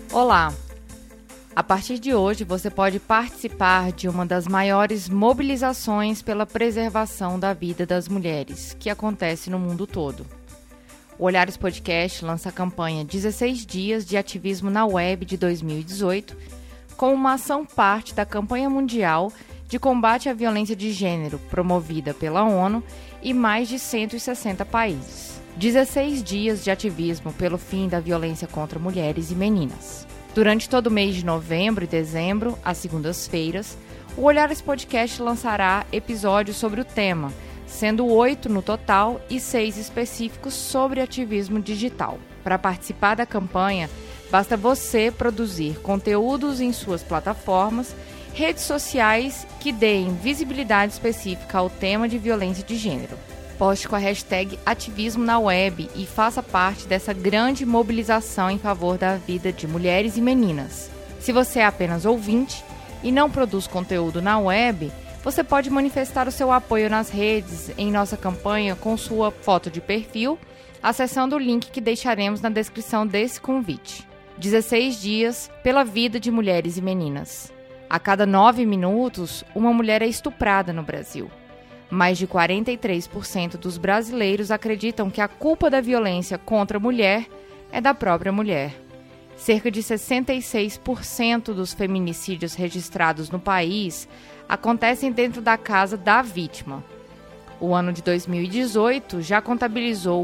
Olá! A partir de hoje, você pode participar de uma das maiores mobilizações pela preservação da vida das mulheres, que acontece no mundo todo. O Olhares Podcast lança a campanha 16 Dias de Ativismo na Web de 2018, como uma ação parte da campanha mundial de combate à violência de gênero, promovida pela ONU e mais de 160 países. 16 dias de ativismo pelo fim da violência contra mulheres e meninas. Durante todo o mês de novembro e dezembro, às segundas-feiras, o Olhares Podcast lançará episódios sobre o tema, sendo 8 no total e 6 específicos sobre ativismo digital. Para participar da campanha, basta você produzir conteúdos em suas plataformas, redes sociais que deem visibilidade específica ao tema de violência de gênero. Poste com a hashtag Ativismo na Web e faça parte dessa grande mobilização em favor da vida de mulheres e meninas. Se você é apenas ouvinte e não produz conteúdo na web, você pode manifestar o seu apoio nas redes em nossa campanha com sua foto de perfil, acessando o link que deixaremos na descrição desse convite. 16 dias pela vida de mulheres e meninas. A cada 9 minutos, uma mulher é estuprada no Brasil. Mais de 43% dos brasileiros acreditam que a culpa da violência contra a mulher é da própria mulher. Cerca de 66% dos feminicídios registrados no país acontecem dentro da casa da vítima. O ano de 2018 já contabilizou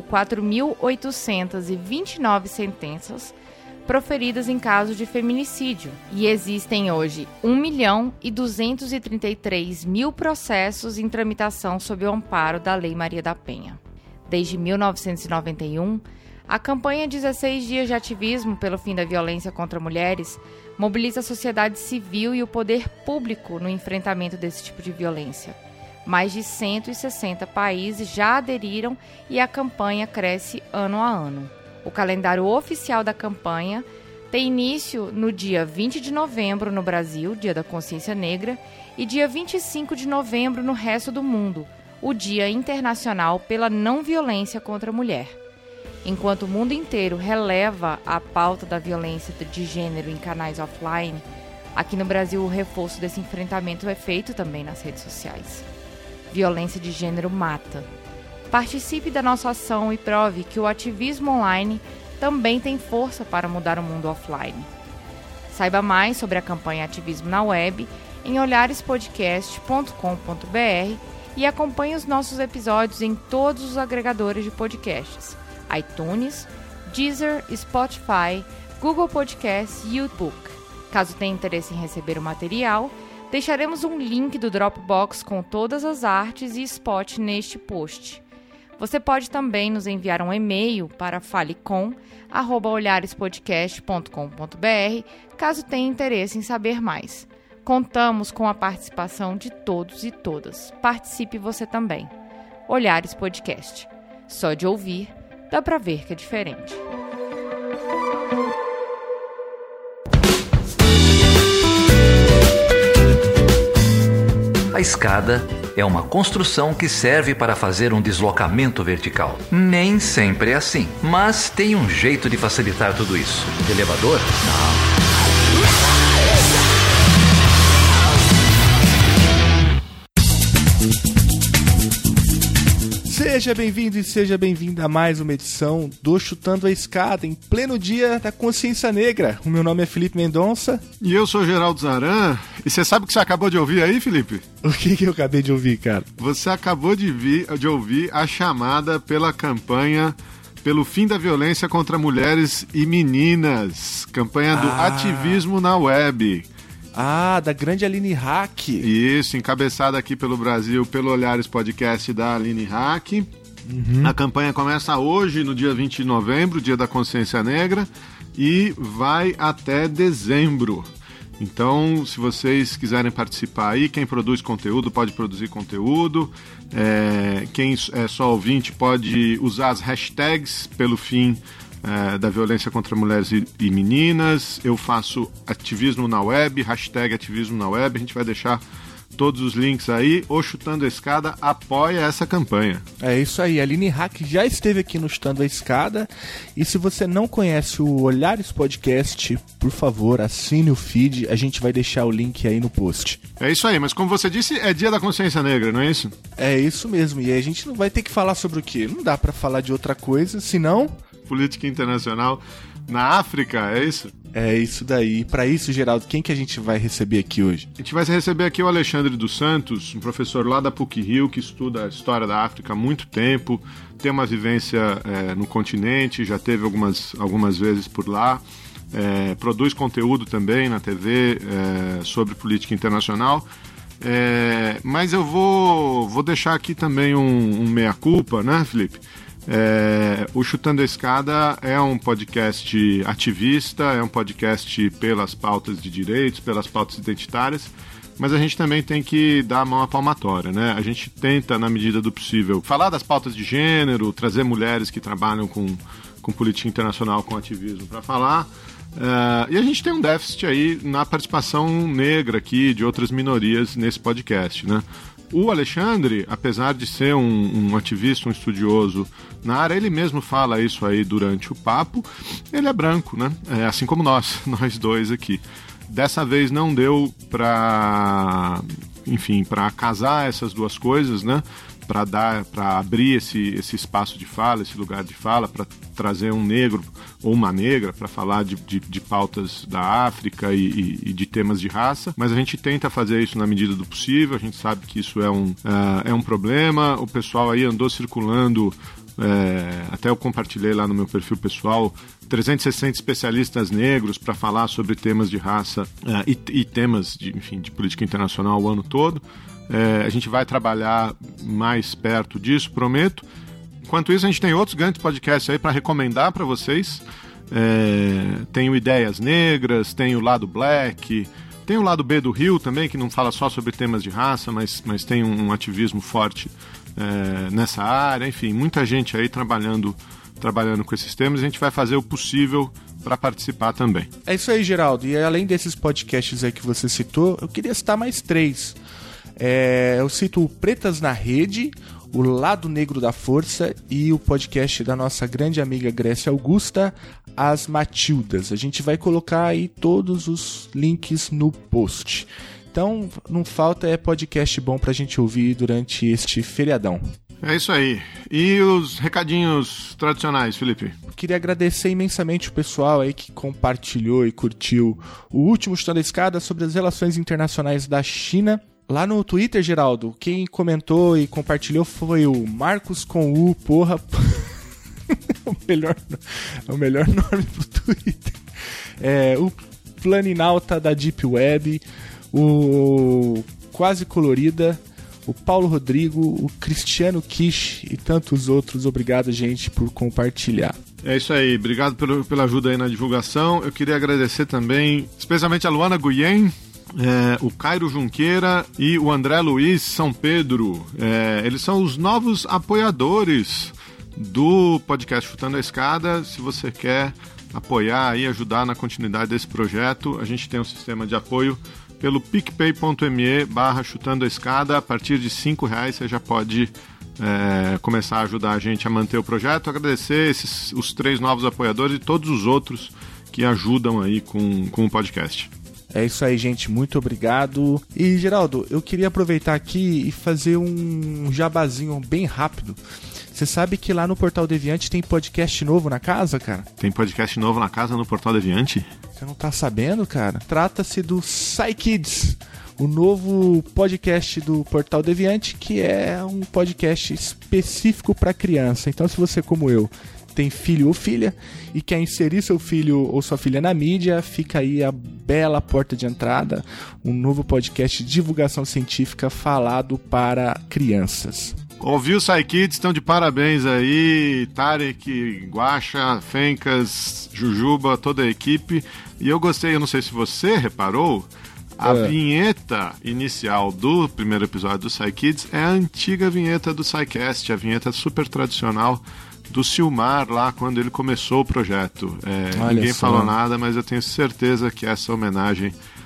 4.829 sentenças proferidas em casos de feminicídio, e existem hoje 1.233.000 processos em tramitação sob o amparo da Lei Maria da Penha. Desde 1991, a campanha 16 Dias de Ativismo pelo Fim da Violência contra Mulheres mobiliza a sociedade civil e o poder público no enfrentamento desse tipo de violência. Mais de 160 países já aderiram e a campanha cresce ano a ano. O calendário oficial da campanha tem início no dia 20 de novembro no Brasil, Dia da Consciência Negra, e dia 25 de novembro no resto do mundo, o Dia Internacional pela Não Violência contra a Mulher. Enquanto o mundo inteiro releva a pauta da violência de gênero em canais offline, aqui no Brasil o reforço desse enfrentamento é feito também nas redes sociais. Violência de gênero mata. Participe da nossa ação e prove que o ativismo online também tem força para mudar o mundo offline. Saiba mais sobre a campanha Ativismo na Web em olharespodcast.com.br e acompanhe os nossos episódios em todos os agregadores de podcasts, iTunes, Deezer, Spotify, Google Podcasts e YouTube. Caso tenha interesse em receber o material, deixaremos um link do Dropbox com todas as artes e spot neste post. Você pode também nos enviar um e-mail para falecom@olharespodcast.com.br caso tenha interesse em saber mais. Contamos com a participação de todos e todas. Participe você também. Olhares Podcast. Só de ouvir, dá pra ver que é diferente. A escada é uma construção que serve para fazer um deslocamento vertical. Nem sempre é assim, mas tem um jeito de facilitar tudo isso. De elevador? Não. Seja bem-vindo e seja bem-vinda a mais uma edição do Chutando a Escada, em pleno dia da consciência negra. O meu nome é Felipe Mendonça. E eu sou Geraldo Zaran. E você sabe o que você acabou de ouvir aí, Felipe? O que eu acabei de ouvir, cara? Você acabou de ouvir a chamada pela campanha pelo fim da violência contra mulheres e meninas. Campanha do Ativismo na Web. Da grande Aline Hack. Isso, encabeçada aqui pelo Brasil, pelo Olhares Podcast da Aline Hack. A campanha começa hoje, no dia 20 de novembro, Dia da Consciência Negra, e vai até dezembro. Então, se vocês quiserem participar aí, quem produz conteúdo pode produzir conteúdo, quem é só ouvinte pode usar as hashtags pelo fim da violência contra mulheres e meninas. Eu faço ativismo na web, hashtag ativismo na web. A gente vai deixar todos os links aí. O Chutando a Escada apoia essa campanha. É isso aí, a Aline Hack já esteve aqui no Chutando a Escada, e se você não conhece o Olhares Podcast, por favor, assine o feed, a gente vai deixar o link aí no post. É isso aí, mas como você disse, é Dia da Consciência Negra, não é isso? É isso mesmo, e aí a gente não vai ter que falar sobre o quê? Não dá pra falar de outra coisa, senão... Política internacional na África, é isso? É isso daí. Para isso, Geraldo, quem que a gente vai receber aqui hoje? A gente vai receber aqui o Alexandre dos Santos, um professor lá da PUC-Rio, que estuda a história da África há muito tempo, tem uma vivência no continente, já teve algumas vezes por lá, produz conteúdo também na TV sobre política internacional. Mas eu vou deixar aqui também um meia-culpa, né, Felipe? O Chutando a Escada é um podcast ativista, é um podcast pelas pautas de direitos, pelas pautas identitárias, mas a gente também tem que dar a mão à palmatória, né? A gente tenta, na medida do possível, falar das pautas de gênero, trazer mulheres que trabalham com política internacional, com ativismo para falar. E a gente tem um déficit aí na participação negra aqui, de outras minorias nesse podcast, né? O Alexandre, apesar de ser um ativista, um estudioso na área, ele mesmo fala isso aí durante o papo, ele é branco, né? Assim como nós dois aqui. Dessa vez não deu para casar essas duas coisas, né? Para abrir esse espaço de fala, esse lugar de fala, para trazer um negro ou uma negra para falar de pautas da África e de temas de raça, mas a gente tenta fazer isso na medida do possível. A gente sabe que isso é um problema. O pessoal aí andou circulando, até eu compartilhei lá no meu perfil pessoal, 360 especialistas negros para falar sobre temas de raça e temas de política internacional o ano todo. A gente vai trabalhar mais perto disso, prometo. Enquanto isso, a gente tem outros grandes podcasts aí para recomendar para vocês. Tem o Ideias Negras, tem o Lado Black, tem o Lado B do Rio também, que não fala só sobre temas de raça, mas tem um ativismo forte nessa área. Enfim, muita gente aí trabalhando com esses temas. A gente vai fazer o possível para participar também. É isso aí, Geraldo. E além desses podcasts aí que você citou, eu queria citar mais 3. Eu cito o Pretas na Rede, o Lado Negro da Força e o podcast da nossa grande amiga Grécia Augusta, As Matildas. A gente vai colocar aí todos os links no post. Então, não falta podcast bom pra gente ouvir durante este feriadão. É isso aí. E os recadinhos tradicionais, Felipe? Queria agradecer imensamente o pessoal aí que compartilhou e curtiu o último Chutando a Escada sobre as relações internacionais da China. Lá no Twitter, Geraldo, quem comentou e compartilhou foi o Marcos com U, porra. É o melhor nome pro Twitter. O Planinauta da Deep Web, o Quase Colorida, o Paulo Rodrigo, o Cristiano Kish e tantos outros. Obrigado, gente, por compartilhar. É isso aí, obrigado pela ajuda aí na divulgação. Eu queria agradecer também, especialmente a Luana Guyen, o Cairo Junqueira e o André Luiz São Pedro. Eles são os novos apoiadores do podcast Chutando a Escada. Se você quer apoiar e ajudar na continuidade desse projeto, a gente tem um sistema de apoio pelo picpay.me/chutando a escada. A partir de R$5 você já pode começar a ajudar a gente a manter o projeto. Agradecer os 3 novos apoiadores e todos os outros que ajudam aí com o podcast. É isso aí, gente. Muito obrigado. E, Geraldo, eu queria aproveitar aqui e fazer um jabazinho bem rápido. Você sabe que lá no Portal Deviante tem podcast novo na casa, cara? Tem podcast novo na casa no Portal Deviante? Você não tá sabendo, cara? Trata-se do PsyKids, o novo podcast do Portal Deviante, que é um podcast específico para criança. Então, se você, como eu, tem filho ou filha e quer inserir seu filho ou sua filha na mídia, fica aí a bela porta de entrada, um novo podcast de divulgação científica falado para crianças. Ouviu, PsyKids, estão de parabéns aí, Tarek, Guaxa, Fencas, Jujuba, toda a equipe. E eu gostei, eu não sei se você reparou, a vinheta inicial do primeiro episódio do PsyKids é a antiga vinheta do PsyCast, a vinheta super tradicional do Silmar lá quando ele começou o projeto. Ninguém falou nada, mas eu tenho certeza que essa homenagem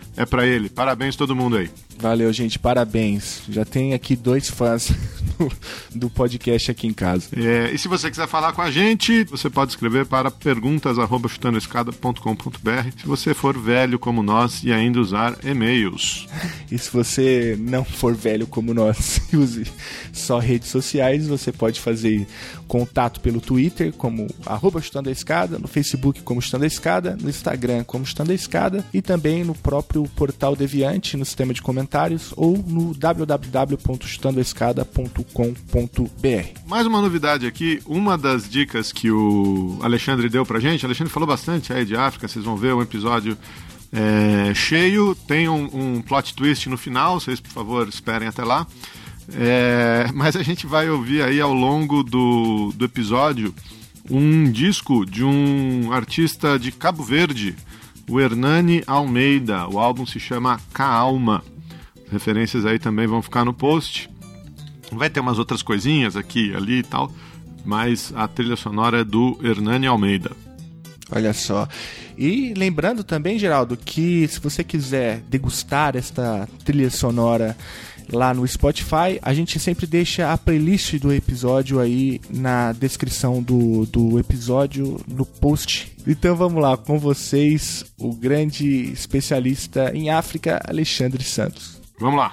é pra ele. Parabéns todo mundo aí. Valeu, gente, parabéns. Já tem aqui 2 fãs do podcast aqui em casa. E se você quiser falar com a gente, você pode escrever para perguntas@chutandoescada.com.br se você for velho como nós e ainda usar e-mails. E se você não for velho como nós e use só redes sociais, você pode fazer contato pelo Twitter como @chutandoescada, no Facebook como Chutando a Escada, no Instagram como Chutando a Escada e também no próprio portal Deviante, no sistema de comentários ou no www.chutandoescada.com.br. Mais uma novidade aqui, uma das dicas que o Alexandre deu pra gente, o Alexandre falou bastante aí de África, vocês vão ver um episódio cheio, tem um plot twist no final, vocês por favor esperem até lá. Mas a gente vai ouvir aí ao longo do episódio um disco de um artista de Cabo Verde, o Hernani Almeida. O álbum se chama Kaalma. Referências aí também vão ficar no post. Vai ter umas outras coisinhas aqui, ali e tal, mas a trilha sonora é do Hernani Almeida. Olha só. E lembrando também, Geraldo, que se você quiser degustar esta trilha sonora lá no Spotify, a gente sempre deixa a playlist do episódio aí na descrição do episódio, no post. Então vamos lá, com vocês, o grande especialista em África, Alexandre Santos. Vamos lá.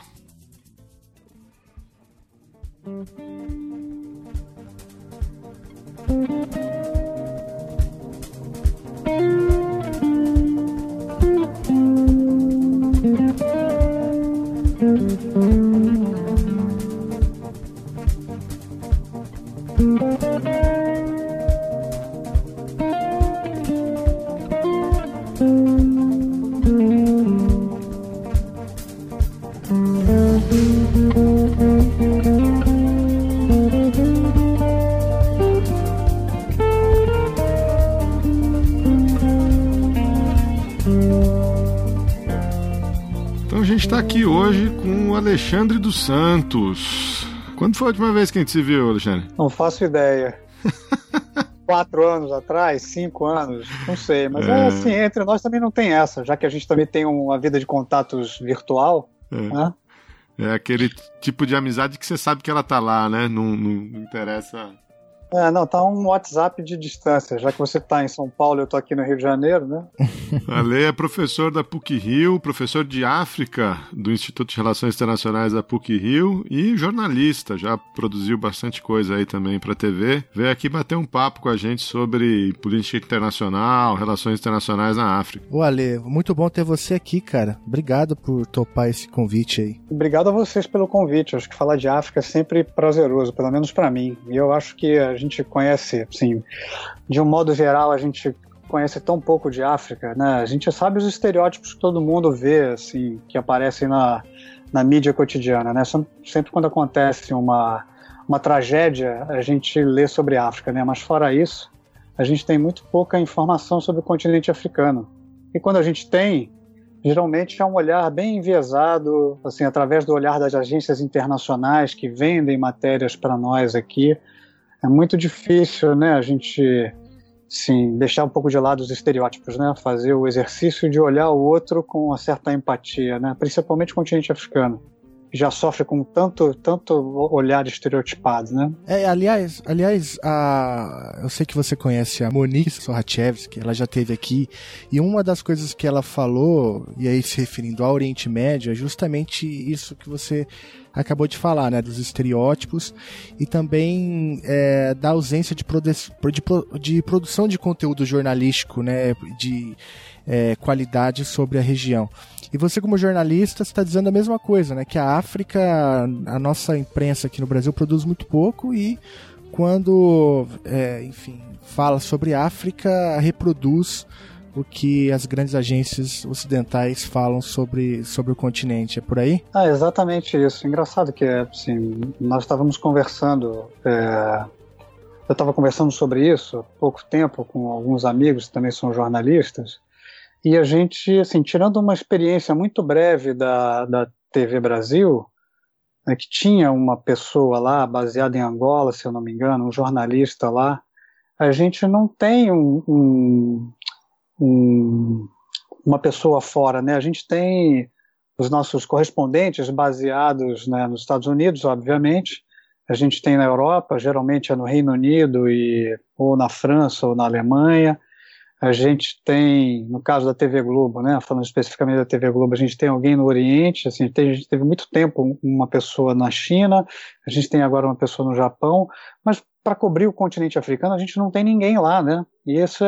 Então a gente está aqui hoje com o Alexandre dos Santos. Quando foi a última vez que a gente se viu, Alexandre? Não faço ideia. 4 anos atrás, 5 anos, não sei. Mas assim, entre nós também não tem essa, já que a gente também tem uma vida de contatos virtual. Né? É aquele tipo de amizade que você sabe que ela tá lá, né? Não interessa... Não, tá um WhatsApp de distância, já que você tá em São Paulo e eu tô aqui no Rio de Janeiro, né? Ale é professor da PUC-Rio, professor de África do Instituto de Relações Internacionais da PUC-Rio e jornalista, já produziu bastante coisa aí também pra TV. Veio aqui bater um papo com a gente sobre política internacional, relações internacionais na África. Ô Ale, muito bom ter você aqui, cara. Obrigado por topar esse convite aí. Obrigado a vocês pelo convite. Acho que falar de África é sempre prazeroso, pelo menos pra mim. E eu acho que a gente conhece, assim, de um modo geral, a gente conhece tão pouco de África, né? A gente sabe os estereótipos que todo mundo vê, assim, que aparecem na mídia cotidiana, né? Sempre quando acontece uma tragédia, a gente lê sobre a África, né? Mas fora isso, a gente tem muito pouca informação sobre o continente africano. E quando a gente tem, geralmente é um olhar bem enviesado, assim, através do olhar das agências internacionais que vendem matérias para nós aqui. É muito difícil, né, a gente, sim, deixar um pouco de lado os estereótipos, né, fazer o exercício de olhar o outro com uma certa empatia, né, principalmente o continente africano, que já sofre com tanto olhar estereotipado, né. Aliás, eu sei que você conhece a Monique Sorachevski, ela já esteve aqui, e uma das coisas que ela falou, e aí se referindo ao Oriente Médio, é justamente isso que você acabou de falar, né, dos estereótipos e também da ausência de produção de conteúdo jornalístico, né, de qualidade sobre a região. E você, como jornalista, está dizendo a mesma coisa, né, que a África, a nossa imprensa aqui no Brasil produz muito pouco e quando, enfim, fala sobre a África, reproduz o que as grandes agências ocidentais falam sobre o continente. É por aí? Exatamente isso. Engraçado que, assim, nós estávamos conversando, eu estava conversando sobre isso há pouco tempo com alguns amigos que também são jornalistas, e a gente, assim, tirando uma experiência muito breve da TV Brasil, né, que tinha uma pessoa lá, baseada em Angola, se eu não me engano, um jornalista lá, a gente não tem um uma pessoa fora, né? A gente tem os nossos correspondentes baseados, né, nos Estados Unidos, obviamente. A gente tem na Europa, geralmente é no Reino Unido, ou na França ou na Alemanha. A gente tem, no caso da TV Globo, né, falando especificamente da TV Globo, a gente tem alguém no Oriente, assim, a gente teve muito tempo uma pessoa na China, a gente tem agora uma pessoa no Japão, mas para cobrir o continente africano a gente não tem ninguém lá, né? E isso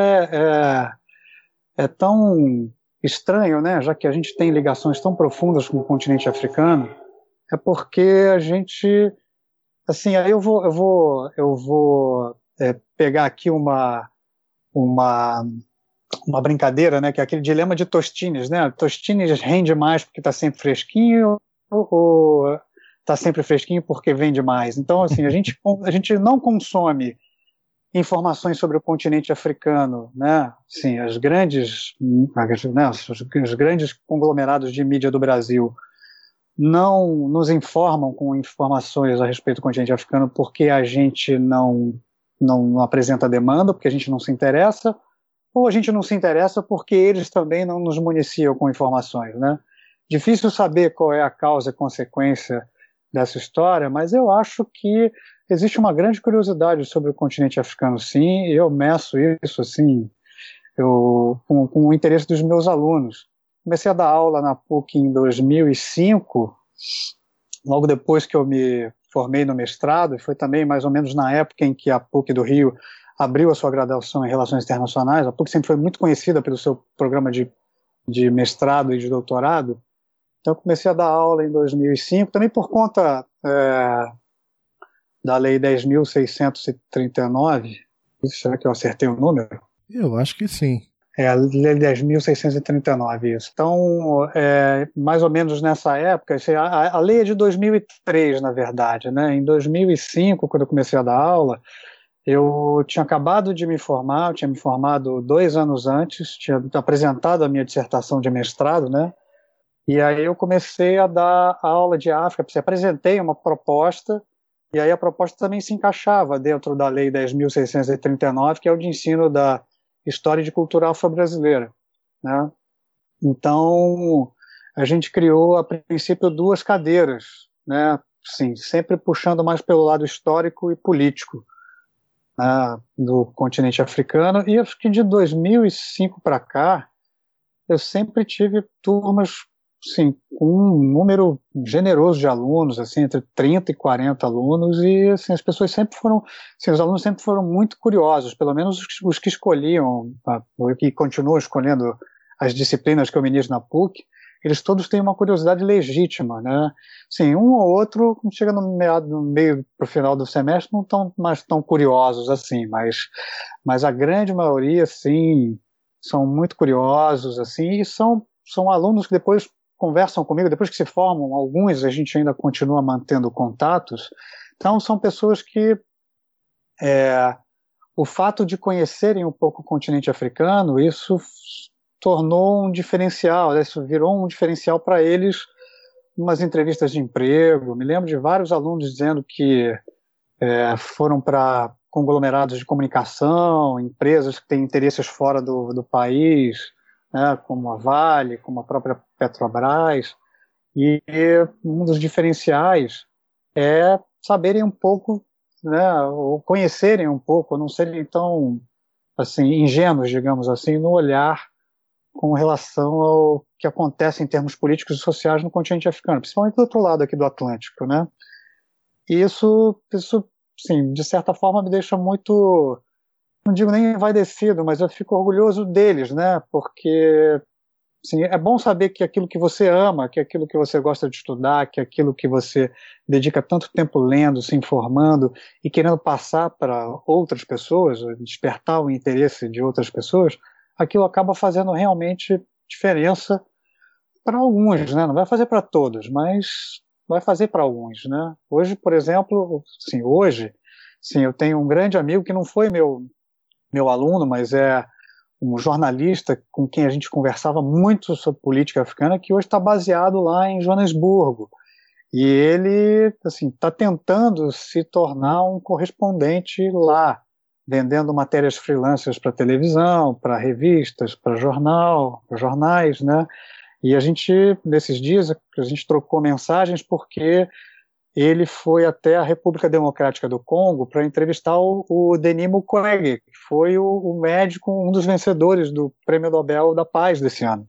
é tão estranho, né? Já que a gente tem ligações tão profundas com o continente africano, é porque a gente, assim, aí eu vou pegar aqui uma brincadeira, né? Que é aquele dilema de Tostines, né? Tostines rende mais porque está sempre fresquinho ou está sempre fresquinho porque vende mais. Então, assim, a gente não consome informações sobre o continente africano, né? Sim, os grandes conglomerados de mídia do Brasil não nos informam com informações a respeito do continente africano porque a gente não apresenta demanda, porque a gente não se interessa, ou a gente não se interessa porque eles também não nos municiam com informações, né? Difícil saber qual é a causa e consequência dessa história, mas eu acho que existe uma grande curiosidade sobre o continente africano, sim, e eu meço isso, assim, com o interesse dos meus alunos. Comecei a dar aula na PUC em 2005, logo depois que eu me formei no mestrado, e foi também mais ou menos na época em que a PUC do Rio abriu a sua graduação em Relações Internacionais. A PUC sempre foi muito conhecida pelo seu programa de mestrado e de doutorado. Então, eu comecei a dar aula em 2005, também por conta da Lei 10.639. Será que eu acertei o número? Eu acho que sim. A Lei 10.639, isso. Então, mais ou menos nessa época, a lei é de 2003, na verdade, né? Em 2005, quando eu comecei a dar aula, eu tinha acabado de me formar, eu tinha me formado 2 anos antes, tinha apresentado a minha dissertação de mestrado, né? E aí eu comecei a dar aula de África, apresentei uma proposta, e aí a proposta também se encaixava dentro da Lei 10.639, que é o de ensino da História e Cultura Afro-Brasileira, né? Então, a gente criou, a princípio, 2 cadeiras, né? Sim, sempre puxando mais pelo lado histórico e político, né, do continente africano. E acho que de 2005 para cá, eu sempre tive turmas, sim, com um número generoso de alunos, assim, entre 30 e 40 alunos, e assim, as pessoas sempre foram, assim, os alunos sempre foram muito curiosos, pelo menos os que escolhiam, que continuam escolhendo as disciplinas que eu ministro na PUC, eles todos têm uma curiosidade legítima, né? Sim, um ou outro, quando chega no meio pro final do semestre, não estão mais tão curiosos assim, mas a grande maioria, sim, são muito curiosos, assim, e são alunos que depois conversam comigo, depois que se formam, alguns a gente ainda continua mantendo contatos. Então são pessoas que o fato de conhecerem um pouco o continente africano, isso tornou um diferencial, isso virou um diferencial para eles, umas entrevistas de emprego. Me lembro de vários alunos dizendo que foram para conglomerados de comunicação, empresas que têm interesses fora do país, né, como a Vale, como a própria Petrobras, e um dos diferenciais é saberem um pouco, né, ou conhecerem um pouco, não serem tão assim, ingênuos, digamos assim, no olhar com relação ao que acontece em termos políticos e sociais no continente africano, principalmente do outro lado aqui do Atlântico, né? E isso, sim, de certa forma me deixa muito, não digo nem envaidecido, mas eu fico orgulhoso deles, né? Porque assim, é bom saber que aquilo que você ama, que aquilo que você gosta de estudar, que aquilo que você dedica tanto tempo lendo, se informando e querendo passar para outras pessoas, despertar o interesse de outras pessoas, aquilo acaba fazendo realmente diferença para alguns, né? Não vai fazer para todos, mas vai fazer para alguns, né? Hoje, por exemplo, eu tenho um grande amigo que não foi meu aluno, mas é um jornalista com quem a gente conversava muito sobre política africana, que hoje está baseado lá em Joanesburgo. E ele, assim, está tentando se tornar um correspondente lá, vendendo matérias freelancers para televisão, para revistas, para jornais, né? E a gente, nesses dias, a gente trocou mensagens porque ele foi até a República Democrática do Congo para entrevistar o Denis Mukwege, que foi o médico, um dos vencedores do Prêmio Nobel da Paz desse ano.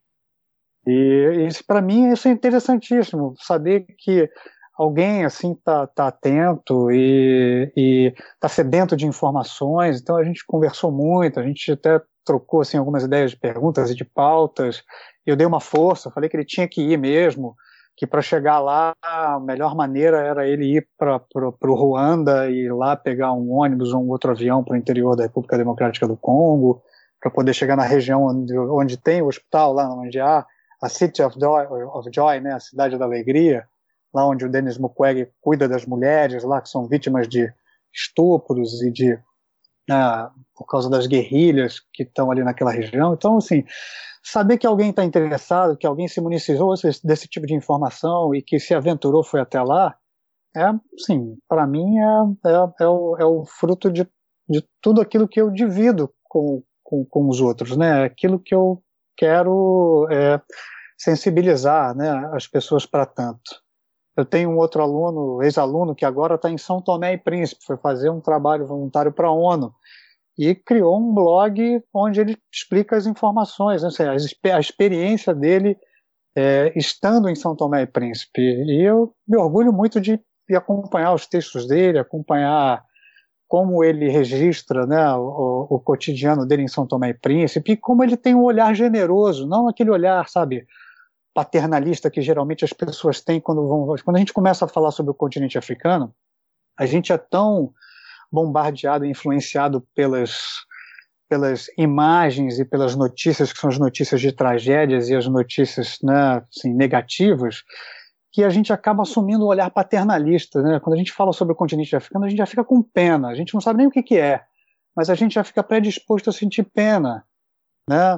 E para mim isso é interessantíssimo, saber que alguém assim tá atento e tá sedento de informações. Então a gente conversou muito, a gente até trocou assim algumas ideias de perguntas e de pautas. Eu dei uma força, falei que ele tinha que ir mesmo, que para chegar lá a melhor maneira era ele ir para o Ruanda e lá pegar um ônibus ou um outro avião para o interior da República Democrática do Congo, para poder chegar na região onde tem o hospital, lá onde há a City of Joy, né, a Cidade da Alegria, lá onde o Denis Mukwege cuida das mulheres lá que são vítimas de estupros e por causa das guerrilhas que estão ali naquela região. Então, assim, saber que alguém está interessado, que alguém se municiou desse tipo de informação e que se aventurou, foi até lá, assim, para mim é o fruto de tudo aquilo que eu divido com os outros, né? Aquilo que eu quero sensibilizar, né, as pessoas para tanto. Eu tenho um outro aluno, ex-aluno, que agora está em São Tomé e Príncipe, foi fazer um trabalho voluntário para a ONU e criou um blog onde ele explica as informações, né, a experiência dele estando em São Tomé e Príncipe. E eu me orgulho muito de acompanhar os textos dele, acompanhar como ele registra, né, o cotidiano dele em São Tomé e Príncipe, e como ele tem um olhar generoso, não aquele olhar, sabe, paternalista que geralmente as pessoas têm quando a gente começa a falar sobre o continente africano. A gente é tão bombardeado e influenciado pelas imagens e pelas notícias, que são as notícias de tragédias e as notícias, né, assim, negativas, que a gente acaba assumindo um olhar paternalista, né? Quando a gente fala sobre o continente africano, a gente já fica com pena, a gente não sabe nem o que é, mas a gente já fica predisposto a sentir pena, né,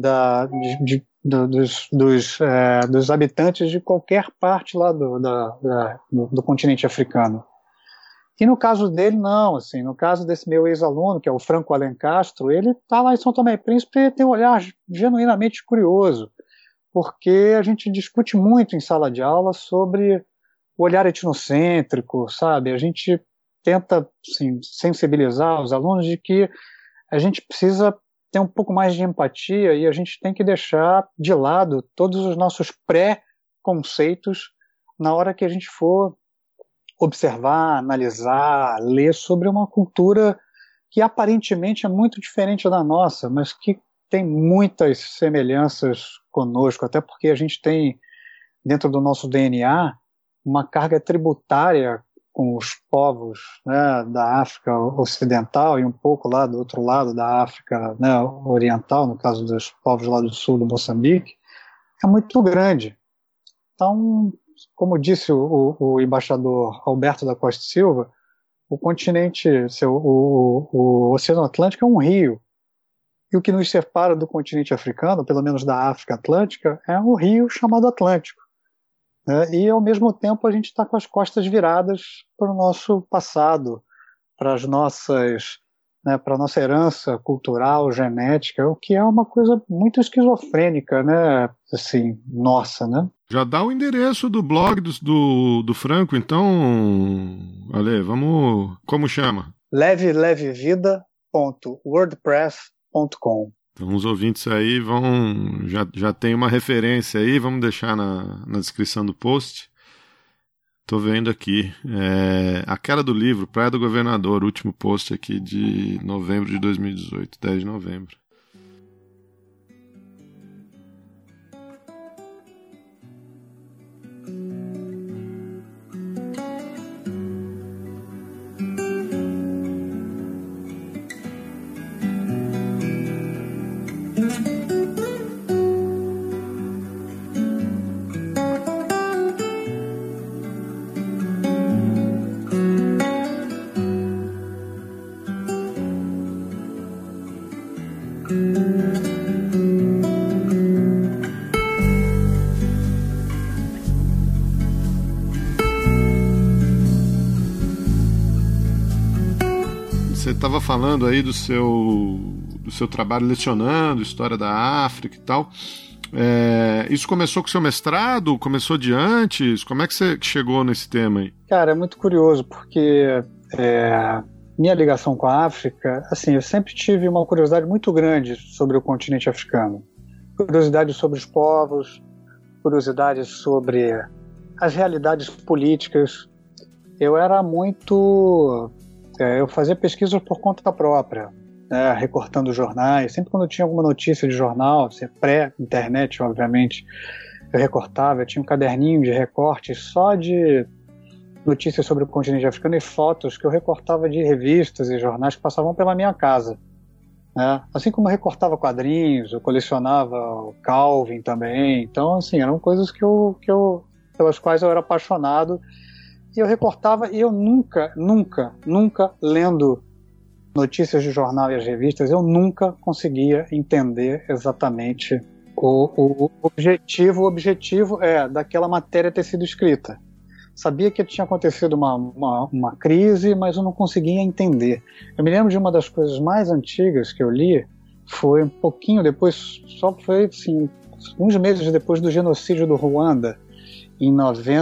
dos habitantes de qualquer parte lá do continente africano. E no caso dele, não, assim, no caso desse meu ex-aluno, que é o Franco Alencastro, ele está lá em São Tomé e Príncipe e tem um olhar genuinamente curioso, porque a gente discute muito em sala de aula sobre o olhar etnocêntrico, sabe? A gente tenta, assim, sensibilizar os alunos de que a gente precisa ter um pouco mais de empatia e a gente tem que deixar de lado todos os nossos pré-conceitos na hora que a gente for observar, analisar, ler sobre uma cultura que aparentemente é muito diferente da nossa, mas que tem muitas semelhanças conosco, até porque a gente tem dentro do nosso DNA uma carga tributária com os povos, né, da África Ocidental e um pouco lá do outro lado da África, né, Oriental, no caso dos povos lá do sul do Moçambique, é muito grande. Então, como disse o embaixador Alberto da Costa Silva, o continente, o Oceano Atlântico é um rio, e o que nos separa do continente africano, pelo menos da África Atlântica, é um rio chamado Atlântico. E ao mesmo tempo a gente está com as costas viradas para o nosso passado, para as nossas, né, para a nossa herança cultural, genética, o que é uma coisa muito esquizofrênica, né, assim, nossa, né? Já dá o endereço do blog do Franco, então, Ale, vamos, como chama? levelevevida.wordpress.com. Então, os ouvintes aí já tem uma referência aí, vamos deixar na descrição do post. Tô vendo aqui, aquela do livro, Praia do Governador, último post aqui de novembro de 2018, 10 de novembro. estava falando aí do seu trabalho lecionando história da África e tal. Isso começou com o seu mestrado? Começou de antes? Como é que você chegou nesse tema aí? Cara, é muito curioso, porque minha ligação com a África, assim, eu sempre tive uma curiosidade muito grande sobre o continente africano. Curiosidade sobre os povos, curiosidade sobre as realidades políticas. Eu era muito... eu fazia pesquisas por conta própria, né, recortando jornais. Sempre quando eu tinha alguma notícia de jornal, pré-internet, obviamente, eu recortava. Eu tinha um caderninho de recortes só de notícias sobre o continente africano e fotos que eu recortava de revistas e jornais que passavam pela minha casa. Né? Assim como eu recortava quadrinhos, eu colecionava o Calvin também. Então, assim, eram coisas pelas quais eu era apaixonado. E eu recortava, e eu nunca lendo notícias de jornal e as revistas, eu nunca conseguia entender exatamente o objetivo daquela matéria ter sido escrita. Sabia que tinha acontecido uma crise, mas eu não conseguia entender. Eu me lembro de uma das coisas mais antigas que eu li, foi um pouquinho depois, só foi assim, uns meses depois do genocídio do Ruanda, em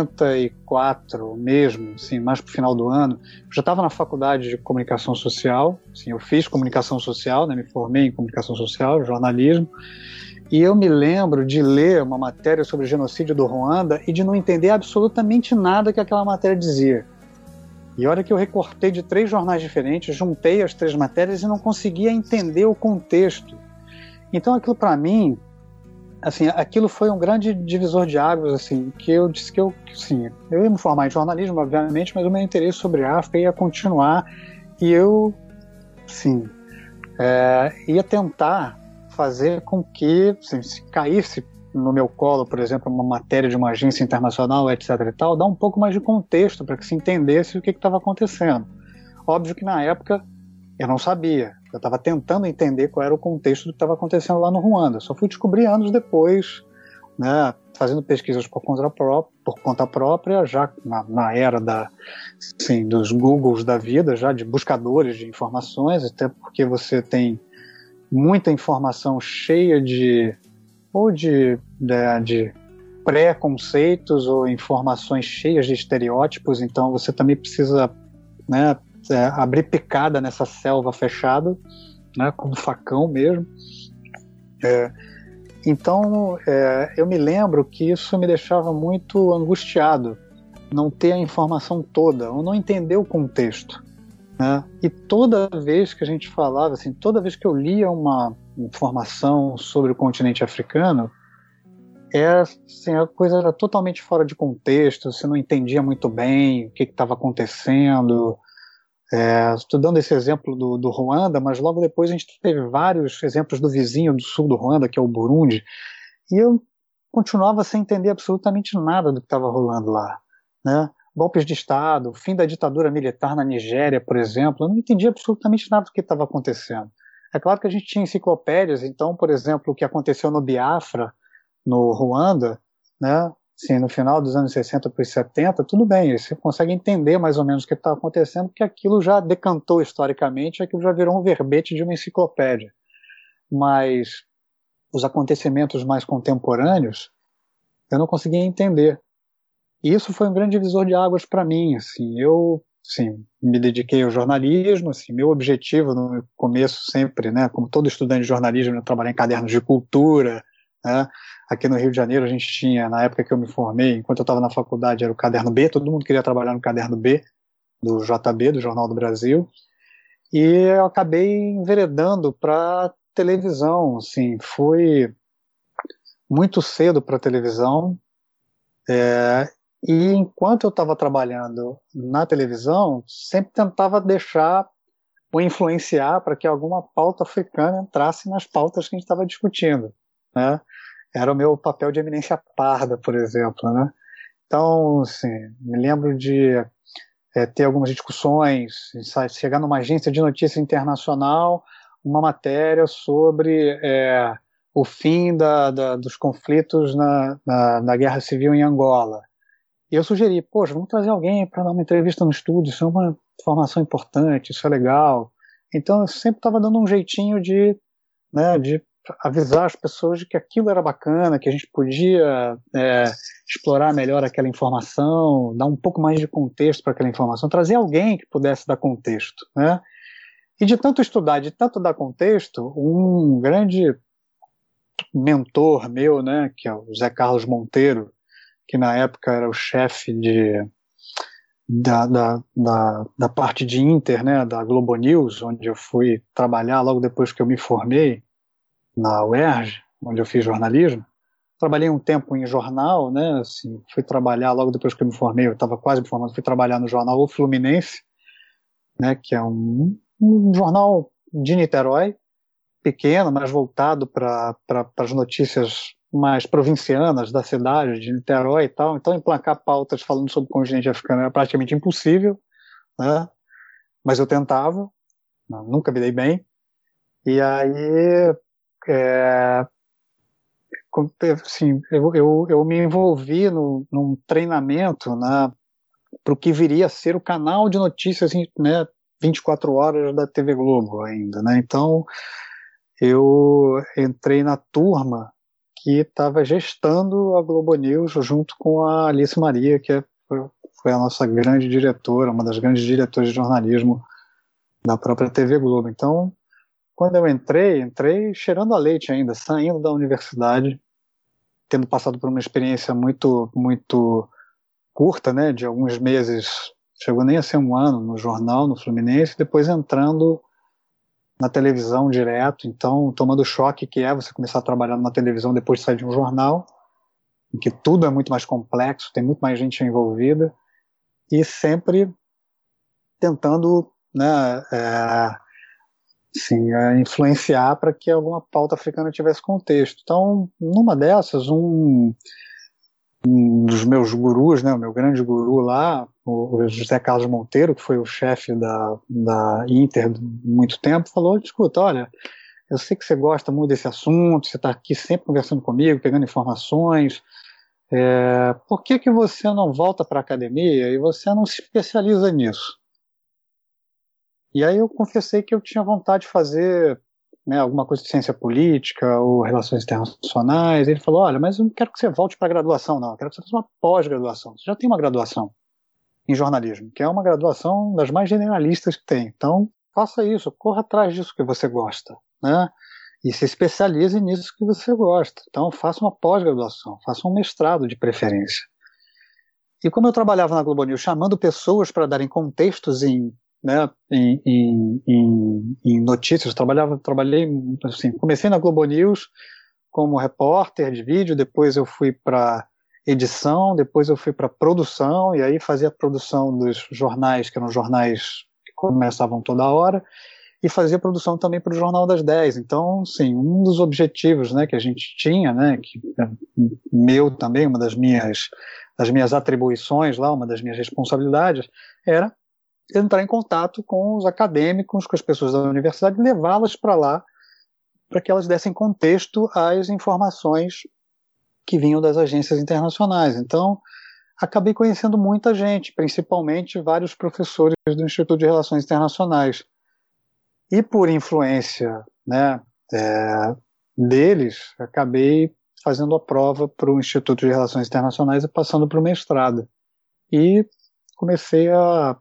94 mesmo, assim, mais para o final do ano. Eu já estava na faculdade de comunicação social, assim, eu fiz comunicação social, né, me formei em comunicação social, jornalismo, e eu me lembro de ler uma matéria sobre o genocídio do Ruanda e de não entender absolutamente nada que aquela matéria dizia. E a hora que eu recortei de 3 jornais diferentes, juntei as 3 matérias e não conseguia entender o contexto. Então aquilo para mim, assim, aquilo foi um grande divisor de águas, assim, que eu disse que eu ia me formar em jornalismo, obviamente, mas o meu interesse sobre a África ia continuar e eu, assim, ia tentar fazer com que, assim, se caísse no meu colo, por exemplo, uma matéria de uma agência internacional, etc. e tal, dar um pouco mais de contexto para que se entendesse o que estava acontecendo. Óbvio que na época eu não sabia, eu estava tentando entender qual era o contexto do que estava acontecendo lá no Ruanda. Só fui descobrir anos depois, né, fazendo pesquisas por conta própria, já na era dos Googles da vida, já de buscadores de informações, até porque você tem muita informação cheia de pré-conceitos ou informações cheias de estereótipos, então você também precisa, né, abrir picada nessa selva fechada, né, com um facão mesmo. Então, eu me lembro que isso me deixava muito angustiado, não ter a informação toda, ou não entender o contexto. Né? E toda vez que a gente falava, assim, toda vez que eu lia uma informação sobre o continente africano, assim, a coisa era totalmente fora de contexto, você não entendia muito bem o que estava acontecendo. Estou dando esse exemplo do Ruanda, mas logo depois a gente teve vários exemplos do vizinho do sul do Ruanda, que é o Burundi, e eu continuava sem entender absolutamente nada do que estava rolando lá, né? Golpes de Estado, fim da ditadura militar na Nigéria, por exemplo, eu não entendia absolutamente nada do que estava acontecendo. É claro que a gente tinha enciclopédias, então, por exemplo, o que aconteceu no Biafra, no Ruanda, né, assim, no final dos anos 60 para os 70, tudo bem, você consegue entender mais ou menos o que está acontecendo, porque aquilo já decantou historicamente, aquilo já virou um verbete de uma enciclopédia. Mas os acontecimentos mais contemporâneos, eu não conseguia entender. E isso foi um grande divisor de águas para mim, assim, eu, assim, me dediquei ao jornalismo, assim, meu objetivo no começo sempre, né, como todo estudante de jornalismo, eu trabalhei em cadernos de cultura, né, aqui no Rio de Janeiro a gente tinha, na época que eu me formei, enquanto eu estava na faculdade, era o caderno B, todo mundo queria trabalhar no caderno B, do JB, do Jornal do Brasil, e eu acabei enveredando para televisão, assim, fui muito cedo para televisão, e enquanto eu estava trabalhando na televisão, sempre tentava deixar ou influenciar para que alguma pauta africana entrasse nas pautas que a gente estava discutindo, né? Era o meu papel de eminência parda, por exemplo, né? Então, assim, me lembro de ter algumas discussões, chegar numa agência de notícia internacional, uma matéria sobre o fim dos conflitos na Guerra Civil em Angola. E eu sugeri, poxa, vamos trazer alguém para dar uma entrevista no estúdio, isso é uma informação importante, isso é legal. Então eu sempre estava dando um jeitinho de avisar as pessoas de que aquilo era bacana, que a gente podia explorar melhor aquela informação, dar um pouco mais de contexto para aquela informação, trazer alguém que pudesse dar contexto, né? E de tanto estudar, de tanto dar contexto, um grande mentor meu, né, que é o Zé Carlos Monteiro, que na época era o chefe da parte de Inter, né, da Globo News, onde eu fui trabalhar logo depois que eu me formei na UERJ, onde eu fiz jornalismo. Trabalhei um tempo em jornal, né, assim, fui trabalhar logo depois que eu me formei, eu estava quase me formando, fui trabalhar no jornal O Fluminense, né, que é um jornal de Niterói, pequeno, mas voltado para as notícias mais provincianas da cidade, de Niterói e tal. Então, emplacar pautas falando sobre o continente africano era praticamente impossível, né? Mas eu tentava, nunca me dei bem. E aí, assim, eu me envolvi num treinamento, né, para o que viria a ser o canal de notícias, né, 24 horas da TV Globo ainda, né? Então, eu entrei na turma que estava gestando a Globo News junto com a Alice Maria, que foi a nossa grande diretora, uma das grandes diretoras de jornalismo da própria TV Globo. Então, quando eu entrei cheirando a leite ainda, saindo da universidade, tendo passado por uma experiência muito, muito curta, né, de alguns meses, chegou nem a ser um ano no jornal, no Fluminense, depois entrando na televisão direto, então tomando o choque que é você começar a trabalhar numa televisão depois de sair de um jornal, em que tudo é muito mais complexo, tem muito mais gente envolvida, e sempre tentando, né, influenciar para que alguma pauta africana tivesse contexto. Então, numa dessas, um dos meus gurus, né, o meu grande guru lá, o José Carlos Monteiro, que foi o chefe da Inter muito tempo, falou: escuta, olha, eu sei que você gosta muito desse assunto, você está aqui sempre conversando comigo, pegando informações, por que você não volta para a academia e você não se especializa nisso? E aí eu confessei que eu tinha vontade de fazer, né, alguma coisa de ciência política ou relações internacionais. Ele falou: olha, mas eu não quero que você volte para a graduação, não, eu quero que você faça uma pós-graduação. Você já tem uma graduação em jornalismo, que é uma graduação das mais generalistas que tem. Então, faça isso, corra atrás disso que você gosta, né? E se especialize nisso que você gosta. Então, faça uma pós-graduação, faça um mestrado de preferência. E como eu trabalhava na Globo News chamando pessoas para darem contextos em notícias, trabalhei assim, comecei na Globo News como repórter de vídeo, depois eu fui para edição, depois eu fui para produção, e aí fazia a produção dos jornais, que eram jornais que começavam toda hora, e fazia produção também para o Jornal das 10. Então, sim, um dos objetivos, né, que a gente tinha, né, que meu também, uma das minhas atribuições lá, uma das minhas responsabilidades, era entrar em contato com os acadêmicos, com as pessoas da universidade, e levá-las para lá, para que elas dessem contexto às informações que vinham das agências internacionais. Então, acabei conhecendo muita gente, principalmente vários professores do Instituto de Relações Internacionais. E por influência, né, deles, acabei fazendo a prova para o Instituto de Relações Internacionais e passando para o mestrado. E comecei a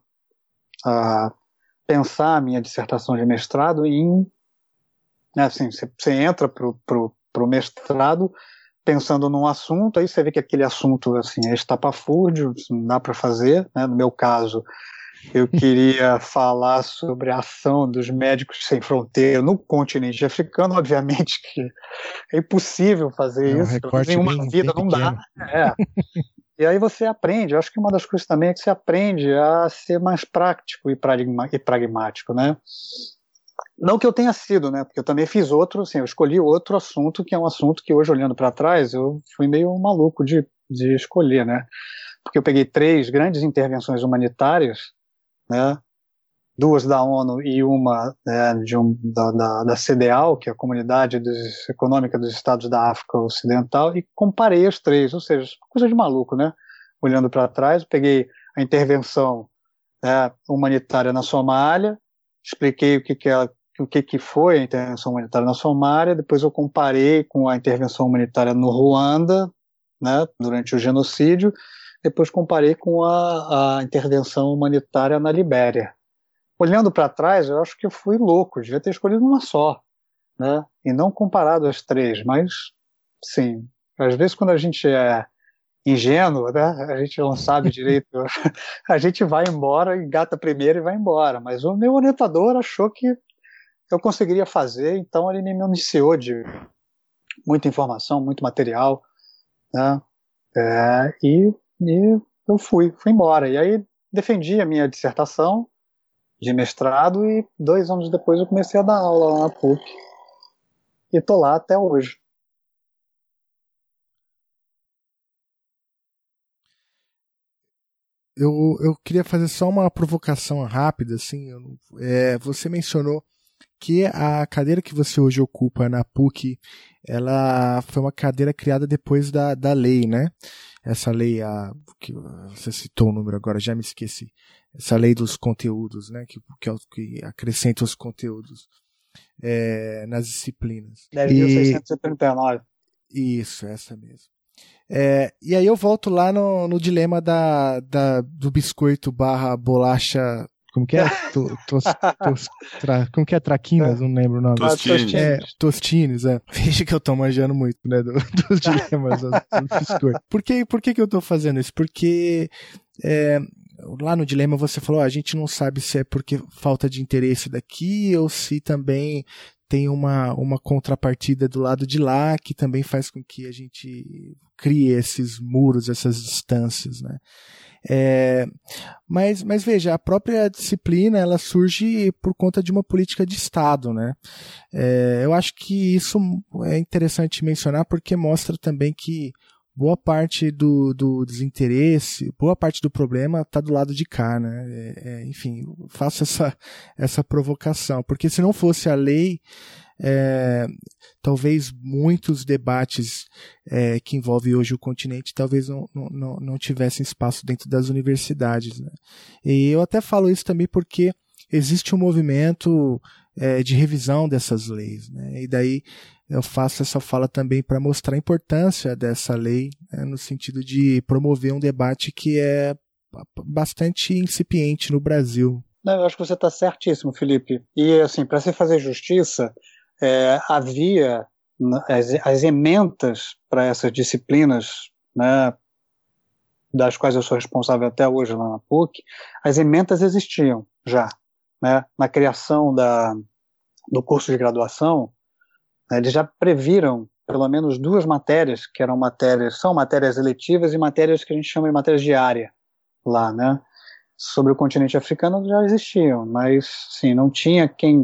pensar a minha dissertação de mestrado em, né, assim, você entra pro mestrado pensando num assunto, aí você vê que aquele assunto, assim, é estapafúrdio, não dá para fazer, né? No meu caso, eu queria falar sobre a ação dos Médicos Sem Fronteira no continente africano. Obviamente que é impossível fazer isso, em uma vida não dá. E aí você aprende, eu acho que uma das coisas também é que você aprende a ser mais prático e pragmático, né? Não que eu tenha sido, né? Porque eu também fiz outro, assim, eu escolhi outro assunto, que é um assunto que hoje, olhando para trás, eu fui meio maluco de escolher, né? Porque eu peguei 3 grandes intervenções humanitárias, né? 2 da ONU e uma, né, da CEDEAO, que é a Comunidade Econômica dos Estados da África Ocidental, e comparei as 3, ou seja, coisa de maluco, né? Olhando para trás, eu peguei a intervenção, né, humanitária na Somália, expliquei o que foi a intervenção humanitária na Somália, depois eu comparei com a intervenção humanitária no Ruanda, né, durante o genocídio, depois comparei com a intervenção humanitária na Libéria. Olhando para trás, eu acho que eu fui louco, devia ter escolhido uma só, né, e não comparado as três, mas, sim, às vezes quando a gente é ingênuo, né, a gente não sabe direito, a gente vai embora, engata primeiro e vai embora, mas o meu orientador achou que eu conseguiria fazer, então ele me municiou de muita informação, muito material, né, e eu fui embora. E aí defendi a minha dissertação de mestrado e 2 anos depois eu comecei a dar aula lá na PUC. E estou lá até hoje. Eu queria fazer só uma provocação rápida, assim. Você mencionou que a cadeira que você hoje ocupa na PUC, ela foi uma cadeira criada depois da lei, né? Essa lei, que você citou o número agora, já me esqueci. Essa lei dos conteúdos, né? Que acrescenta os conteúdos nas disciplinas. 10.639. Isso, essa mesmo. E aí eu volto lá no dilema do biscoito / bolacha. Como que é? Como que é? Traquinas? Não lembro o nome. Tostines, Veja que eu tô manjando muito, né? Dos dilemas do biscoito. Por que eu tô fazendo isso? Porque lá no dilema você falou, a gente não sabe se é porque falta de interesse daqui ou se também tem uma contrapartida do lado de lá que também faz com que a gente crie esses muros, essas distâncias, né? Mas veja, a própria disciplina ela surge por conta de uma política de Estado, né? Eu acho que isso é interessante mencionar porque mostra também que boa parte do desinteresse, boa parte do problema está do lado de cá, né? Enfim, faço essa provocação, porque se não fosse a lei, talvez muitos debates que envolvem hoje o continente talvez não tivessem espaço dentro das universidades, né? E eu até falo isso também porque existe um movimento de revisão dessas leis, né? E daí eu faço essa fala também para mostrar a importância dessa lei, né, no sentido de promover um debate que é bastante incipiente no Brasil. Não, eu acho que você está certíssimo, Felipe. E, assim, para se fazer justiça, havia as ementas para essas disciplinas, né, das quais eu sou responsável até hoje lá na PUC, as ementas existiam já, né, na criação do curso de graduação. Eles já previram pelo menos 2 matérias, que são matérias eletivas e matérias que a gente chama de matérias de área lá, né? Sobre o continente africano já existiam, mas sim, não tinha quem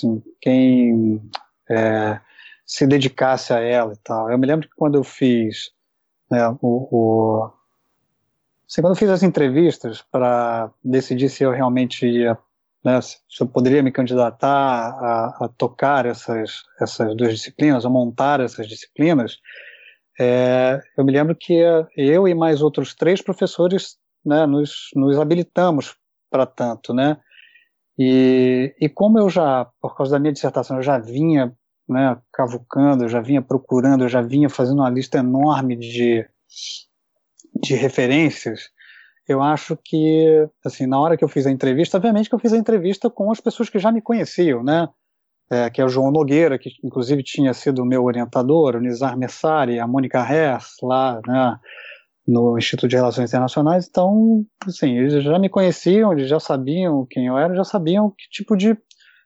se dedicasse a ela e tal. Eu me lembro que quando eu fiz, né, quando eu fiz as entrevistas para decidir se eu realmente ia, né, se eu poderia me candidatar a tocar essas 2 disciplinas, a montar essas disciplinas, eu me lembro que eu e mais outros 3 professores, né, nos habilitamos para tanto, né, e como eu já, por causa da minha dissertação, eu já vinha, né, cavucando, eu já vinha procurando, eu já vinha fazendo uma lista enorme de referências. Eu acho que, assim, na hora que eu fiz a entrevista, obviamente que eu fiz a entrevista com as pessoas que já me conheciam, né? Que é o João Nogueira, que inclusive tinha sido o meu orientador, o Nizar Messari, a Mônica Hess, lá, né, no Instituto de Relações Internacionais. Então, assim, eles já me conheciam, eles já sabiam quem eu era, já sabiam que tipo de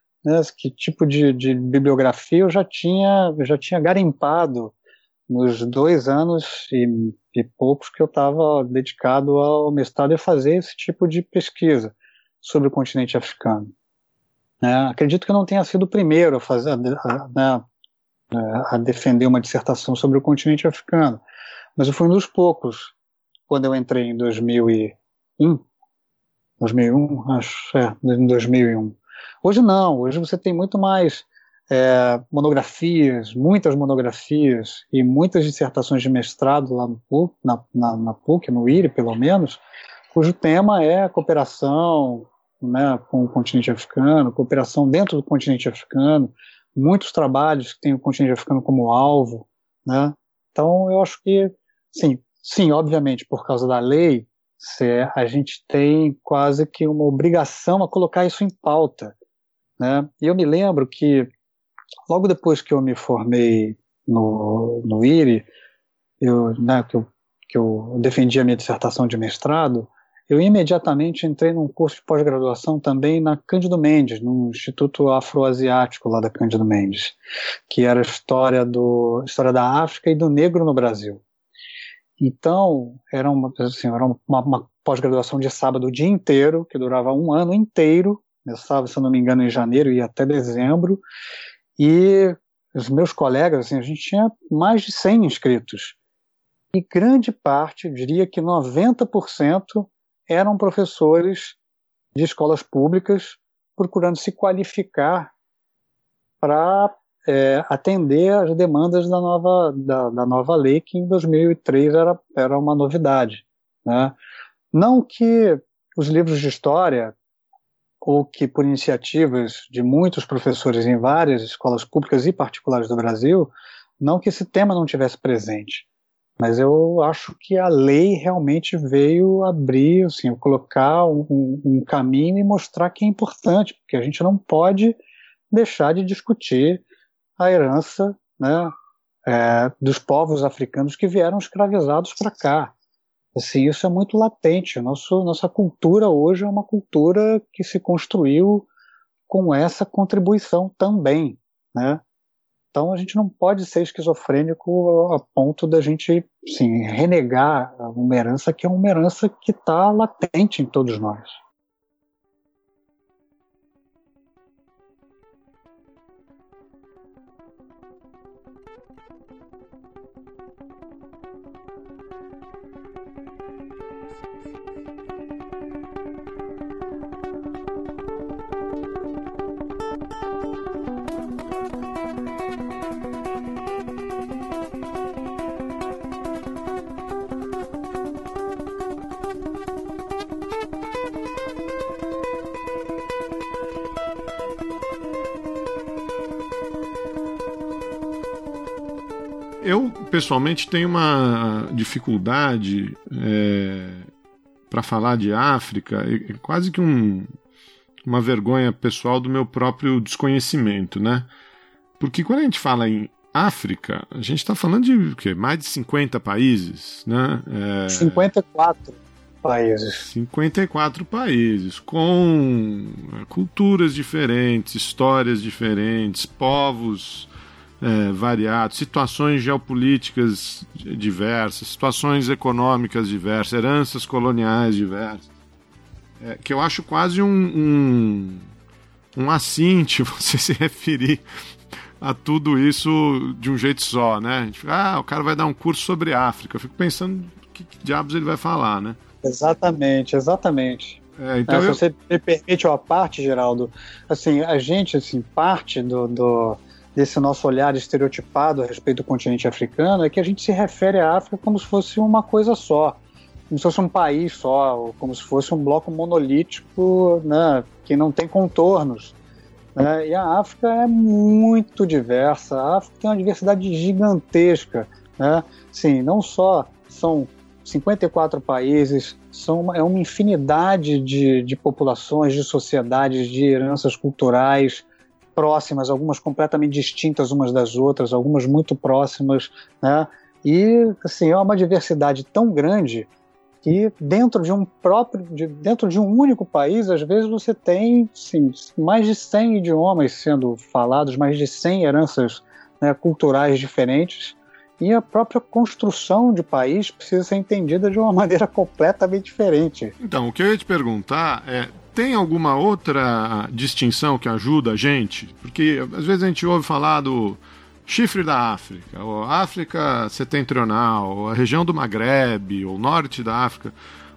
bibliografia eu já tinha garimpado nos 2 anos e poucos que eu estava dedicado ao mestrado a fazer esse tipo de pesquisa sobre o continente africano. Acredito que eu não tenha sido o primeiro a defender uma dissertação sobre o continente africano, mas eu fui um dos poucos quando eu entrei em 2001, em 2001. Hoje não, hoje você tem muito mais muitas monografias e muitas dissertações de mestrado lá no PUC, na PUC, no IRI pelo menos, cujo tema é cooperação, né, com o continente africano, cooperação dentro do continente africano, muitos trabalhos que têm o continente africano como alvo, né? Então, eu acho que, sim, obviamente, por causa da lei, a gente tem quase que uma obrigação a colocar isso em pauta, né? E eu me lembro que, logo depois que eu me formei no IRI, que eu defendi a minha dissertação de mestrado, eu imediatamente entrei num curso de pós-graduação também na Cândido Mendes, no Instituto Afroasiático lá da Cândido Mendes, que era história da África e do negro no Brasil. Então, era uma pós-graduação de sábado o dia inteiro, que durava um ano inteiro, começava, se eu não me engano, em janeiro e ia até dezembro, e os meus colegas, a gente tinha mais de 100 inscritos. E grande parte, eu diria que 90%, eram professores de escolas públicas procurando se qualificar para atender às demandas da nova lei, que em 2003 era uma novidade, né? Não que os livros de história, ou que por iniciativas de muitos professores em várias escolas públicas e particulares do Brasil, não que esse tema não tivesse presente. Mas eu acho que a lei realmente veio abrir, colocar um caminho e mostrar que é importante, porque a gente não pode deixar de discutir a herança, né, dos povos africanos que vieram escravizados para cá. Isso é muito latente. Nossa cultura hoje é uma cultura que se construiu com essa contribuição também, né? Então a gente não pode ser esquizofrênico a ponto da gente, renegar uma herança que é uma herança que está latente em todos nós. Eu, pessoalmente, tenho uma dificuldade para falar de África, quase que uma vergonha pessoal do meu próprio desconhecimento, né? Porque quando a gente fala em África, a gente está falando de quê? Mais de 50 países, né? 54 países. 54 países, com culturas diferentes, histórias diferentes, povos variados, situações geopolíticas diversas, situações econômicas diversas, heranças coloniais diversas, que eu acho quase um assinte você se referir a tudo isso de um jeito só, né? A gente fica, o cara vai dar um curso sobre África, eu fico pensando que diabos ele vai falar, né? Exatamente. Então se você me permite uma parte, Geraldo, a gente, parte desse nosso olhar estereotipado a respeito do continente africano é que a gente se refere à África como se fosse uma coisa só, como se fosse um país só, ou como se fosse um bloco monolítico, né, que não tem contornos, né? E a África é muito diversa, a África tem uma diversidade gigantesca, né? Sim, não só são 54 países, é uma infinidade de populações, de sociedades, de heranças culturais próximas, algumas completamente distintas umas das outras, algumas muito próximas, né? E é uma diversidade tão grande que dentro de um único país, às vezes você tem mais de 100 idiomas sendo falados, mais de 100 heranças, né, culturais diferentes, e a própria construção de país precisa ser entendida de uma maneira completamente diferente. Então, o que eu ia te perguntar tem alguma outra distinção que ajuda a gente? Porque às vezes a gente ouve falar do chifre da África, ou África setentrional, ou a região do Maghreb, ou norte da África.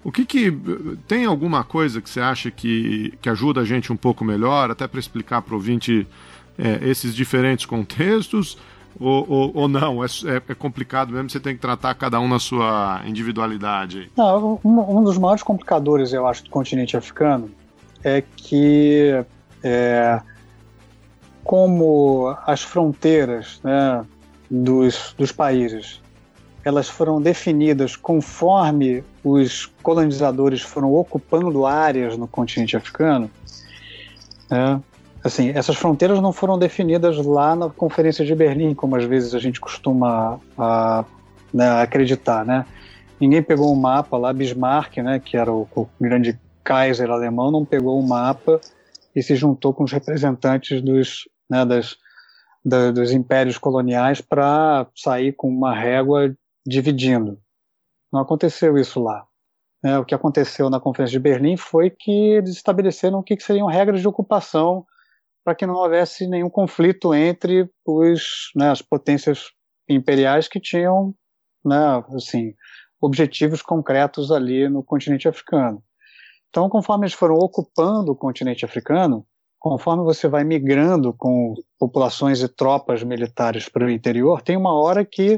Tem alguma coisa que você acha que ajuda a gente um pouco melhor, até para explicar para o ouvinte esses diferentes contextos? Ou não? É complicado mesmo, você tem que tratar cada um na sua individualidade? Não, um dos maiores complicadores, eu acho, do continente africano é que como as fronteiras, né, dos países, elas foram definidas conforme os colonizadores foram ocupando áreas no continente africano, né? Assim, essas fronteiras não foram definidas lá na Conferência de Berlim, como às vezes a gente costuma acreditar, né? Ninguém pegou um mapa lá, Bismarck, né, que era o grande Kaiser alemão, não pegou um mapa e se juntou com os representantes dos impérios coloniais para sair com uma régua dividindo. Não aconteceu isso lá. O que aconteceu na Conferência de Berlim foi que eles estabeleceram o que seriam regras de ocupação para que não houvesse nenhum conflito entre as potências imperiais que tinham, assim, objetivos concretos ali no continente africano. Então, conforme eles foram ocupando o continente africano, conforme você vai migrando com populações e tropas militares para o interior, tem uma hora que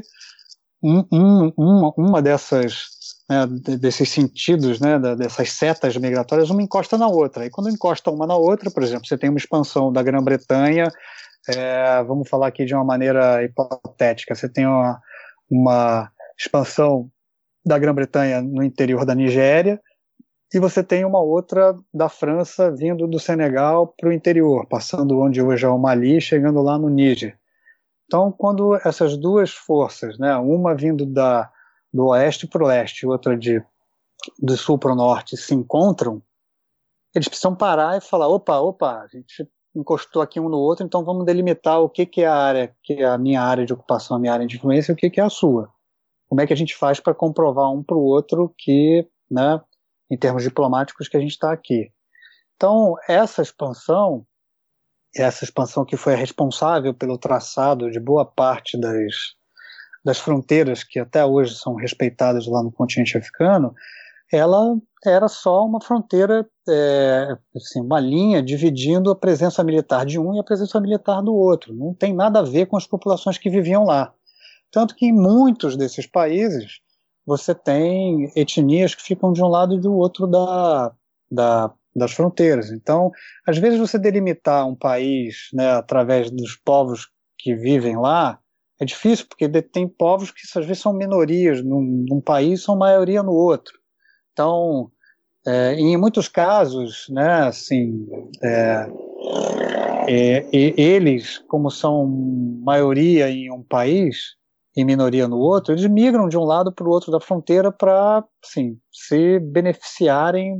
uma desses sentidos, né, dessas setas migratórias, uma encosta na outra. E quando encosta uma na outra, por exemplo, você tem uma expansão da Grã-Bretanha, vamos falar aqui de uma maneira hipotética, você tem uma expansão da Grã-Bretanha no interior da Nigéria, e você tem uma outra da França vindo do Senegal para o interior, passando onde hoje é o Mali, chegando lá no Níger. Então, quando essas duas forças, né, uma vindo do oeste para o leste e outra do sul para o norte, se encontram, eles precisam parar e falar, opa, a gente encostou aqui um no outro, então vamos delimitar o que é a área, que é a minha área de ocupação, a minha área de influência, e o que é a sua. Como é que a gente faz para comprovar um para o outro que, né, em termos diplomáticos, que a gente está aqui. Então, essa expansão que foi a responsável pelo traçado de boa parte das fronteiras que até hoje são respeitadas lá no continente africano, ela era só uma fronteira, assim, uma linha dividindo a presença militar de um e a presença militar do outro. Não tem nada a ver com as populações que viviam lá. Tanto que em muitos desses países você tem etnias que ficam de um lado e do outro das fronteiras. Então, às vezes você delimitar um país, né, através dos povos que vivem lá, é difícil, porque tem povos que às vezes são minorias num país, são maioria no outro. Então, em muitos casos, né, assim, eles, como são maioria em um país e minoria no outro, eles migram de um lado para o outro da fronteira para, assim, se beneficiarem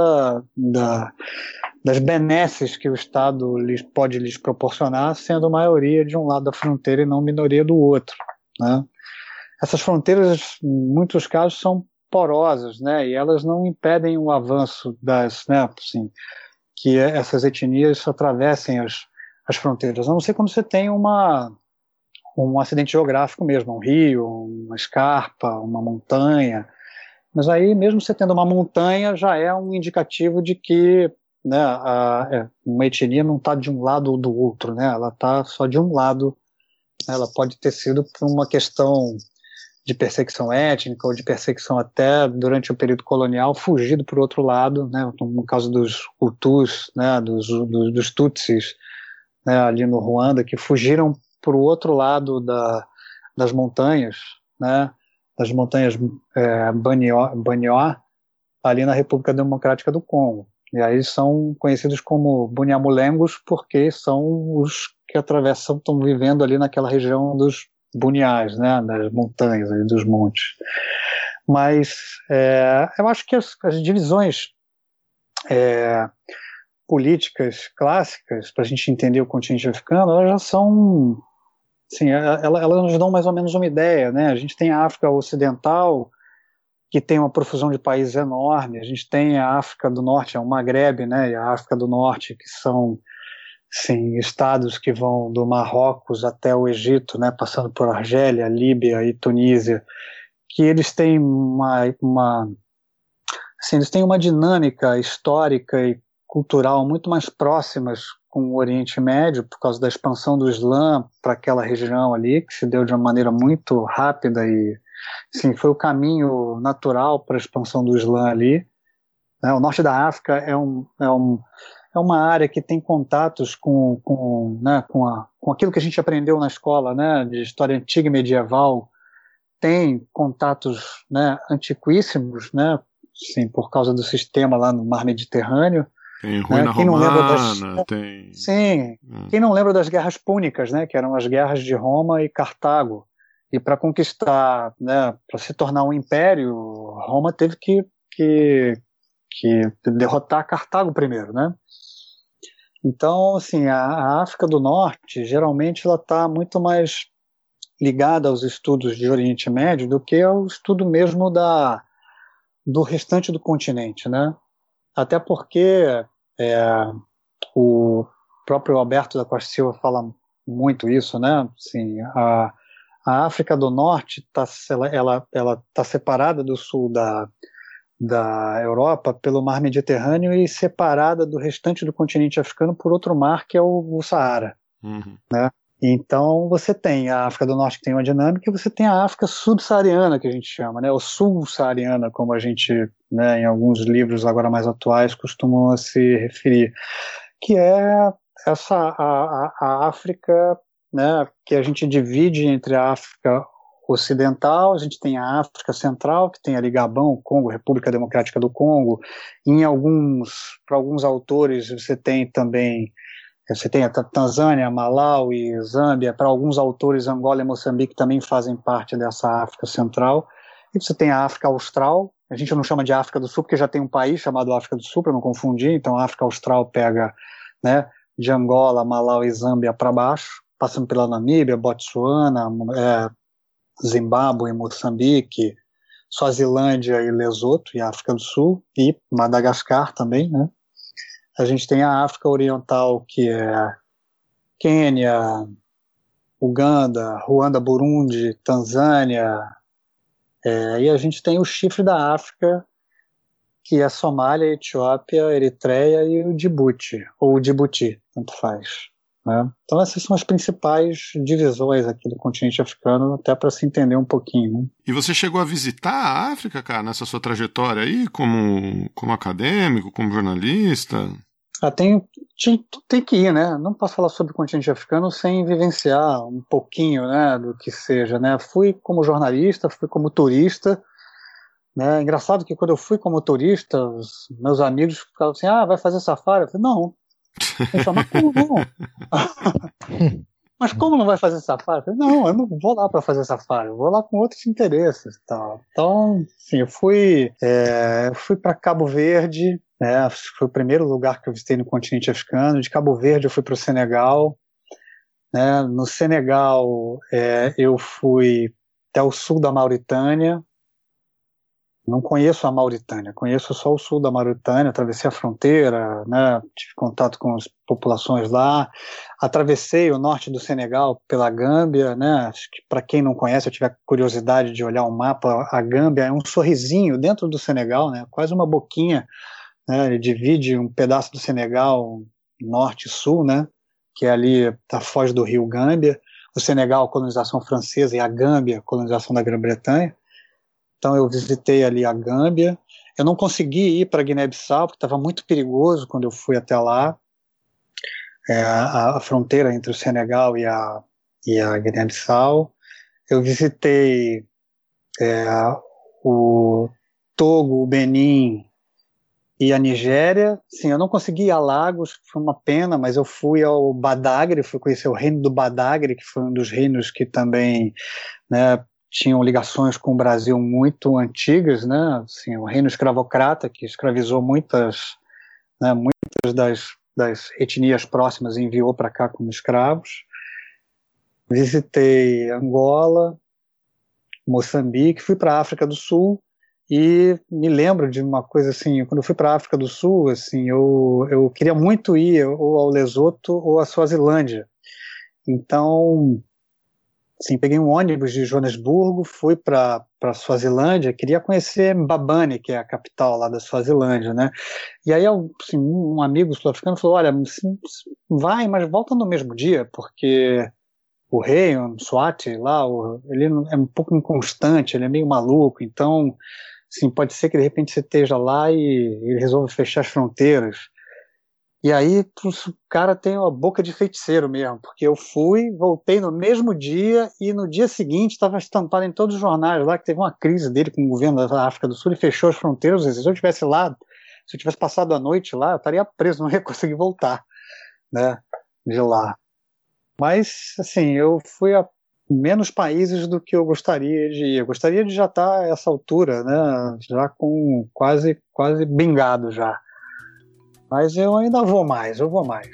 das benesses que o Estado pode lhes proporcionar, sendo maioria de um lado da fronteira e não minoria do outro, né? Essas fronteiras, em muitos casos, são porosas, né? E elas não impedem o avanço assim, que essas etnias atravessem as fronteiras, a não ser quando você tem um acidente geográfico mesmo, um rio, uma escarpa, uma montanha. Mas aí, mesmo você tendo uma montanha, já é um indicativo de que, né, uma etnia não está de um lado ou do outro, né? Ela está só de um lado. Ela pode ter sido por uma questão de perseguição étnica ou de perseguição até durante o período colonial, fugido por outro lado, né? No caso dos Hutus, né, dos Tutsis, né, ali no Ruanda, que fugiram para o outro lado das montanhas, né, das montanhas Banhoa, ali na República Democrática do Congo. E aí são conhecidos como Bunyamulengos porque são os que estão vivendo ali naquela região dos Buniás, né, das montanhas, ali, dos montes. Mas eu acho que as divisões políticas clássicas, para a gente entender o continente africano, elas já são, assim, elas nos dão mais ou menos uma ideia, né? A gente tem a África Ocidental, que tem uma profusão de países enorme. A gente tem a África do Norte, o Maghreb, né? E a África do Norte, que são, sim, estados que vão do Marrocos até o Egito, né? Passando por Argélia, Líbia e Tunísia, que eles têm eles têm uma dinâmica histórica e cultural muito mais próximas com o Oriente Médio, por causa da expansão do Islã para aquela região ali, que se deu de uma maneira muito rápida e, sim, foi o caminho natural para a expansão do Islã ali. né? O norte da África é uma área que tem contatos né, com aquilo que a gente aprendeu na escola, né, de história antiga e medieval, tem contatos, né, antiquíssimos, né, sim, por causa do sistema lá no mar Mediterrâneo. Tem ruína romana, tem... Sim, quem não lembra das guerras púnicas, né, que eram as guerras de Roma e Cartago. E para conquistar, né, para se tornar um império, Roma teve que derrotar Cartago primeiro, né? Então, assim, a África do Norte, geralmente, ela está muito mais ligada aos estudos de Oriente Médio do que ao estudo mesmo do restante do continente, né? Até porque o próprio Alberto da Costa Silva fala muito isso, né? Assim, a África do Norte ela tá separada do sul da Europa pelo mar Mediterrâneo e separada do restante do continente africano por outro mar, que é o Saara. Né? Então você tem a África do Norte, que tem uma dinâmica, e você tem a África subsaariana, que a gente chama, né? Ou sul-saariana, como a gente, né, em alguns livros agora mais atuais costumam se referir, que é a África, né, que a gente divide entre a África ocidental, a gente tem a África Central, que tem ali Gabão, Congo, República Democrática do Congo. Para alguns autores, você tem a Tanzânia, Malawi, Zâmbia. Para alguns autores, Angola e Moçambique também fazem parte dessa África Central. E você tem a África Austral. A gente não chama de África do Sul, porque já tem um país chamado África do Sul, para não confundir. Então a África Austral pega, né, de Angola, Malawi e Zâmbia para baixo, passando pela Namíbia, Botsuana, Zimbábue, Moçambique, Suazilândia e Lesoto, e África do Sul, e Madagascar também, né? A gente tem a África Oriental, que é Quênia, Uganda, Ruanda, Burundi, Tanzânia, e a gente tem o chifre da África, que é Somália, Etiópia, Eritreia e o Djibouti, ou o Djibouti, tanto faz. Né? Então essas são as principais divisões aqui do continente africano, até para se entender um pouquinho. Né? E você chegou a visitar a África, cara, nessa sua trajetória aí, como acadêmico, como jornalista? Tem que ir, né? Não posso falar sobre o continente africano sem vivenciar um pouquinho, né, do que seja, né? Fui como jornalista, fui como turista, né? Engraçado que quando eu fui como turista, os meus amigos ficavam assim, vai fazer safari? Eu falei, não. Mas como não? Mas como não vai fazer safari? Eu falei, não, eu não vou lá para fazer safari, eu vou lá com outros interesses e tal. Então, assim, eu fui para Cabo Verde, né? Foi o primeiro lugar que eu visitei no continente africano. De Cabo Verde eu fui para o Senegal, né? No Senegal eu fui até o sul da Mauritânia. Não conheço a Mauritânia, conheço só o sul da Mauritânia, atravessei a fronteira, né, tive contato com as populações lá, atravessei o norte do Senegal pela Gâmbia, né, acho que para quem não conhece, eu tiver curiosidade de olhar o mapa, a Gâmbia é um sorrisinho dentro do Senegal, né, quase uma boquinha, né, ele divide um pedaço do Senegal norte e sul, né, que é ali a foz do rio Gâmbia, o Senegal, colonização francesa, e a Gâmbia, colonização da Grã-Bretanha. Então eu visitei ali a Gâmbia. Eu não consegui ir para Guiné-Bissau, porque estava muito perigoso quando eu fui até lá. A fronteira entre o Senegal e a Guiné-Bissau. Eu visitei o Togo, o Benin e a Nigéria. Sim, eu não consegui ir a Lagos, foi uma pena, mas eu fui ao Badagry, fui conhecer o reino do Badagry, que foi um dos reinos que também, né, tinham ligações com o Brasil muito antigas, né? Assim, o reino escravocrata, que escravizou muitas das etnias próximas e enviou para cá como escravos. Visitei Angola, Moçambique, fui para a África do Sul e me lembro de uma coisa assim, quando eu fui para a África do Sul, assim, eu queria muito ir ou ao Lesoto ou à Suazilândia. Então, assim, peguei um ônibus de Joanesburgo, fui para Suazilândia, queria conhecer Mbabane, que é a capital lá da Suazilândia, né? E aí assim, um amigo sul-africano falou, olha, vai, mas volta no mesmo dia, porque o rei, o Mswati lá, ele é um pouco inconstante, ele é meio maluco, então Assim, pode ser que de repente você esteja lá e ele resolve fechar as fronteiras. E aí o cara tem uma boca de feiticeiro mesmo, porque eu fui, voltei no mesmo dia e no dia seguinte estava estampado em todos os jornais lá que teve uma crise dele com o governo da África do Sul e fechou as fronteiras. Se eu tivesse lá, se eu tivesse passado a noite lá, eu estaria preso, não ia conseguir voltar, né, de lá. Mas, assim, eu fui a menos países do que eu gostaria de ir. Eu gostaria de já estar a essa altura, né, já com quase bingado já. Mas eu ainda vou mais, eu vou mais.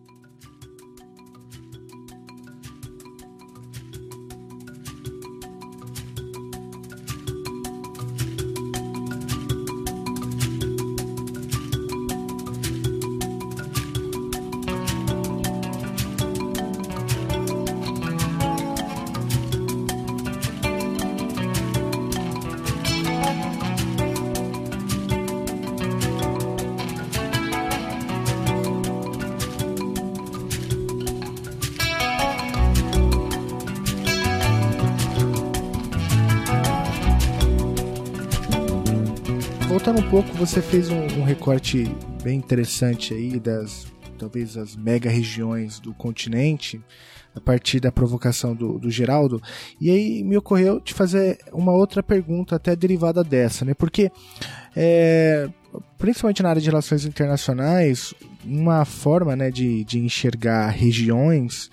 Voltando um pouco, você fez um recorte bem interessante aí talvez as mega regiões do continente, a partir da provocação do Geraldo, e aí me ocorreu te fazer uma outra pergunta até derivada dessa, né? Porque principalmente na área de relações internacionais, uma forma, né, de enxergar regiões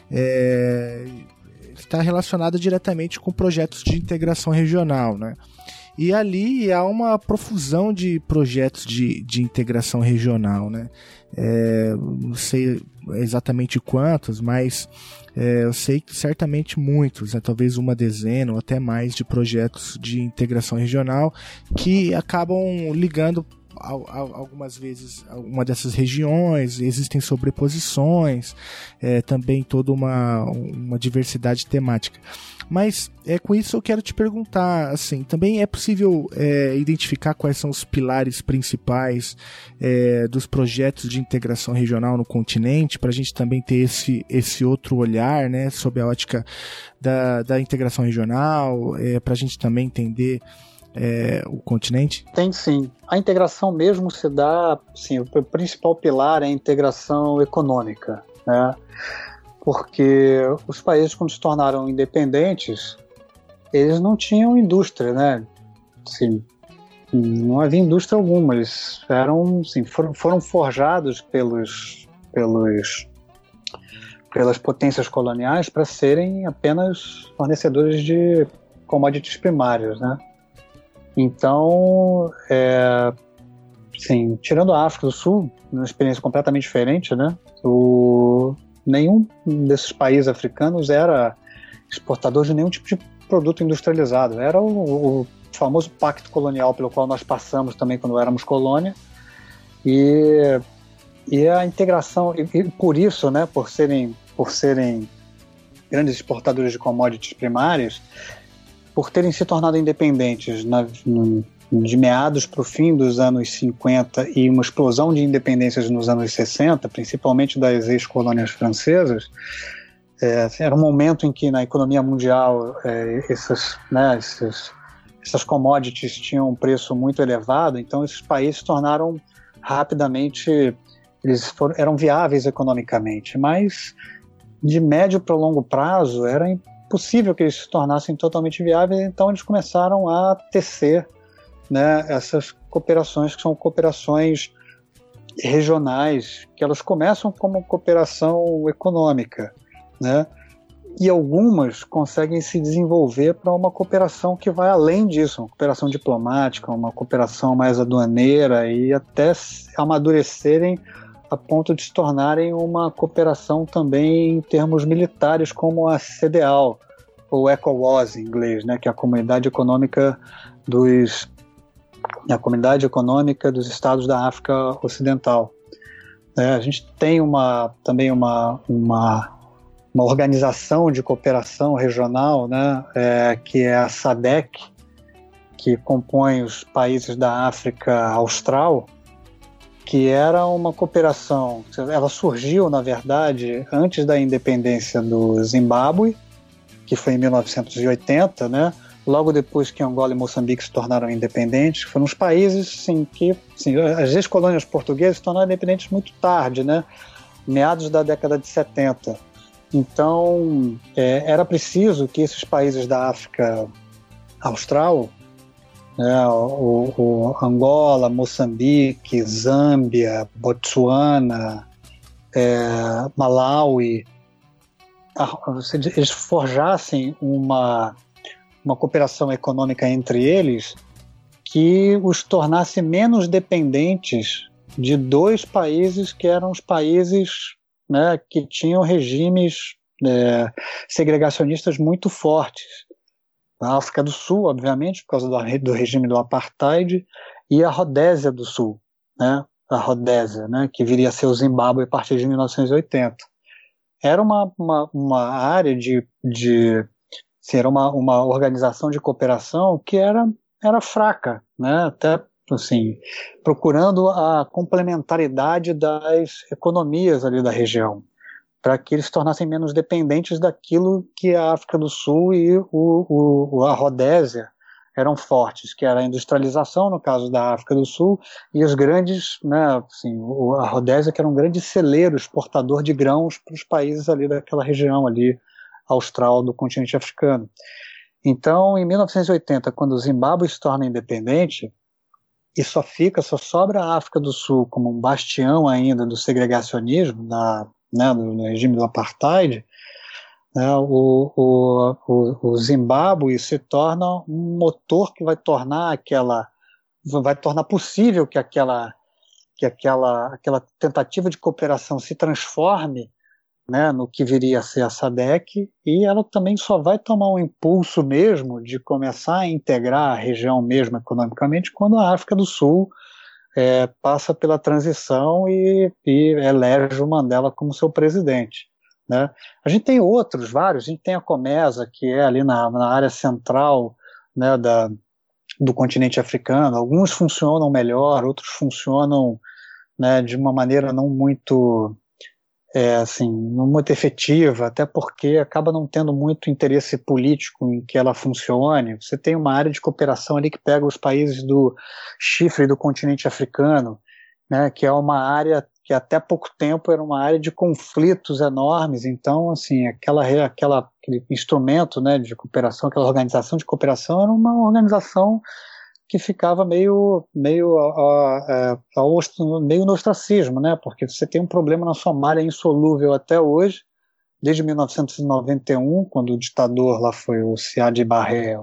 está relacionada diretamente com projetos de integração regional, né? E ali há uma profusão de projetos de integração regional, né? Não sei exatamente quantos, mas eu sei que certamente muitos, né? Talvez uma dezena ou até mais de projetos de integração regional que acabam ligando algumas vezes uma dessas regiões, existem sobreposições, também toda uma diversidade temática. Mas com isso eu quero te perguntar, assim, também é possível identificar quais são os pilares principais dos projetos de integração regional no continente, para a gente também ter esse outro olhar, né, sob a ótica da integração regional, para a gente também entender o continente? Tem sim. A integração mesmo se dá, sim, o principal pilar é a integração econômica, né? Porque os países, quando se tornaram independentes, eles não tinham indústria, né? Assim, não havia indústria alguma. Eles eram, assim, foram forjados pelas potências coloniais para serem apenas fornecedores de commodities primários, né? Então, assim, tirando a África do Sul, uma experiência completamente diferente, né? Nenhum desses países africanos era exportador de nenhum tipo de produto industrializado. Era o famoso pacto colonial pelo qual nós passamos também quando éramos colônia. E a integração, e por isso, né, por serem grandes exportadores de commodities primárias, por terem se tornado independentes de meados para o fim dos anos 50 e uma explosão de independências nos anos 60, principalmente das ex-colônias francesas, era um momento em que na economia mundial essas commodities tinham um preço muito elevado, então esses países se tornaram rapidamente, eram viáveis economicamente, mas de médio para longo prazo era impossível que eles se tornassem totalmente viáveis, então eles começaram a tecer, né, essas cooperações que são cooperações regionais, que elas começam como cooperação econômica, né, e algumas conseguem se desenvolver para uma cooperação que vai além disso, uma cooperação diplomática, uma cooperação mais aduaneira e até amadurecerem a ponto de se tornarem uma cooperação também em termos militares, como a CEDEAW, ou ECOWAS em inglês, né, que é a Comunidade Econômica dos Estados da África Ocidental. A gente tem também uma organização de cooperação regional, né, que é a SADC, que compõe os países da África Austral, que era uma cooperação, ela surgiu, na verdade, antes da independência do Zimbábue, que foi em 1980, né, logo depois que Angola e Moçambique se tornaram independentes. Foram os países assim, que assim, as ex-colônias portuguesas se tornaram independentes muito tarde, né? Meados da década de 70. Então, era preciso que esses países da África Austral, né, o Angola, Moçambique, Zâmbia, Botsuana, Malawi, eles forjassem uma cooperação econômica entre eles que os tornasse menos dependentes de dois países que eram os países, né, que tinham regimes segregacionistas muito fortes. A África do Sul, obviamente, por causa do regime do apartheid, e a Rodésia do Sul, né, a Rodésia, né, que viria a ser o Zimbábue a partir de 1980. Era uma área era uma organização de cooperação que era fraca, né, até assim, procurando a complementaridade das economias ali da região, para que eles se tornassem menos dependentes daquilo que a África do Sul e a Rodésia eram fortes, que era a industrialização, no caso da África do Sul, e os grandes, né, assim, a Rodésia, que era um grande celeiro, exportador de grãos para os países ali daquela região ali austral do continente africano. Então, em 1980, quando o Zimbábue se torna independente, e só sobra a África do Sul como um bastião ainda do segregacionismo, do regime do apartheid, né, o Zimbábue se torna um motor que vai tornar possível que aquela tentativa de cooperação se transforme, né, no que viria a ser a SADC, e ela também só vai tomar um impulso mesmo de começar a integrar a região mesmo economicamente quando a África do Sul passa pela transição e elege o Mandela como seu presidente, né? A gente tem vários, a gente tem a COMESA, que é ali na área central, né, do continente africano. Alguns funcionam melhor, outros funcionam, né, de uma maneira não muito efetiva, até porque acaba não tendo muito interesse político em que ela funcione. Você tem uma área de cooperação ali que pega os países do chifre do continente africano, né, que é uma área que até pouco tempo era uma área de conflitos enormes. Então, assim, aquele instrumento, né, de cooperação, aquela organização de cooperação era uma organização que ficava meio no ostracismo, né? Porque você tem um problema na Somália insolúvel até hoje, desde 1991, quando o ditador lá foi o Siad Barre,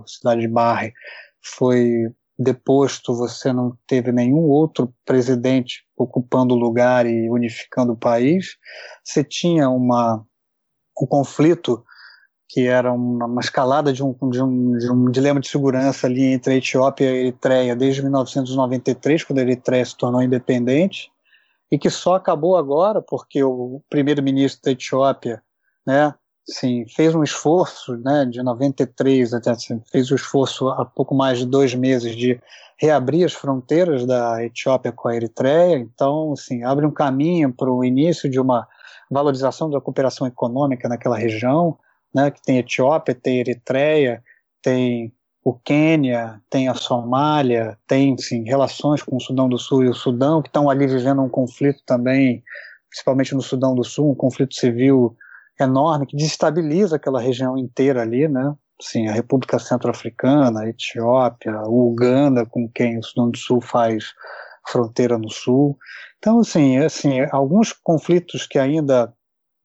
foi deposto, você não teve nenhum outro presidente ocupando o lugar e unificando o país. Você tinha um conflito que era uma escalada de um dilema de segurança ali entre a Etiópia e a Eritreia desde 1993, quando a Eritreia se tornou independente, e que só acabou agora porque o primeiro-ministro da Etiópia, né, assim, fez um esforço, né, de 93, até, assim, fez um esforço há pouco mais de 2 meses de reabrir as fronteiras da Etiópia com a Eritreia. Então, assim, abre um caminho para o início de uma valorização da cooperação econômica naquela região, né, que tem Etiópia, tem Eritreia, tem o Quênia, tem a Somália, tem, sim, relações com o Sudão do Sul e o Sudão, que estão ali vivendo um conflito também, principalmente no Sudão do Sul, um conflito civil enorme que desestabiliza aquela região inteira ali, né? Sim, a República Centro-Africana, a Etiópia, o Uganda, com quem o Sudão do Sul faz fronteira no sul. Então, assim, alguns conflitos que ainda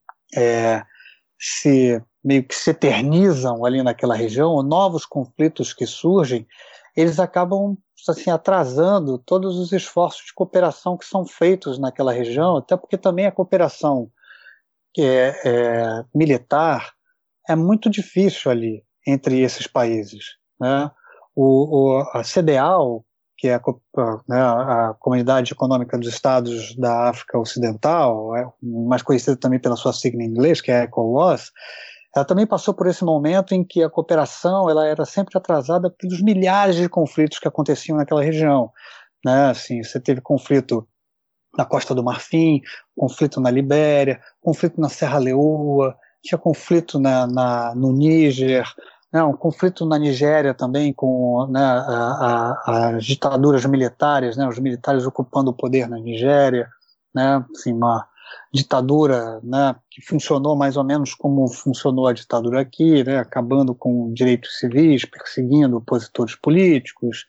meio que se eternizam ali naquela região, ou novos conflitos que surgem, eles acabam, assim, atrasando todos os esforços de cooperação que são feitos naquela região, até porque também a cooperação que é militar é muito difícil ali entre esses países, né? A CEDEAO, que é a Comunidade Econômica dos Estados da África Ocidental, mais conhecida também pela sua sigla em inglês, que é a ECOWAS, ela também passou por esse momento em que a cooperação ela era sempre atrasada pelos milhares de conflitos que aconteciam naquela região, né? Assim, você teve conflito na Costa do Marfim, conflito na Libéria, conflito na Serra Leoa, tinha conflito no Níger, né, um conflito na Nigéria também com, né, as ditaduras militares, né, os militares ocupando o poder na Nigéria, né, assim, uma ditadura, né, que funcionou mais ou menos como funcionou a ditadura aqui, né, acabando com direitos civis, perseguindo opositores políticos.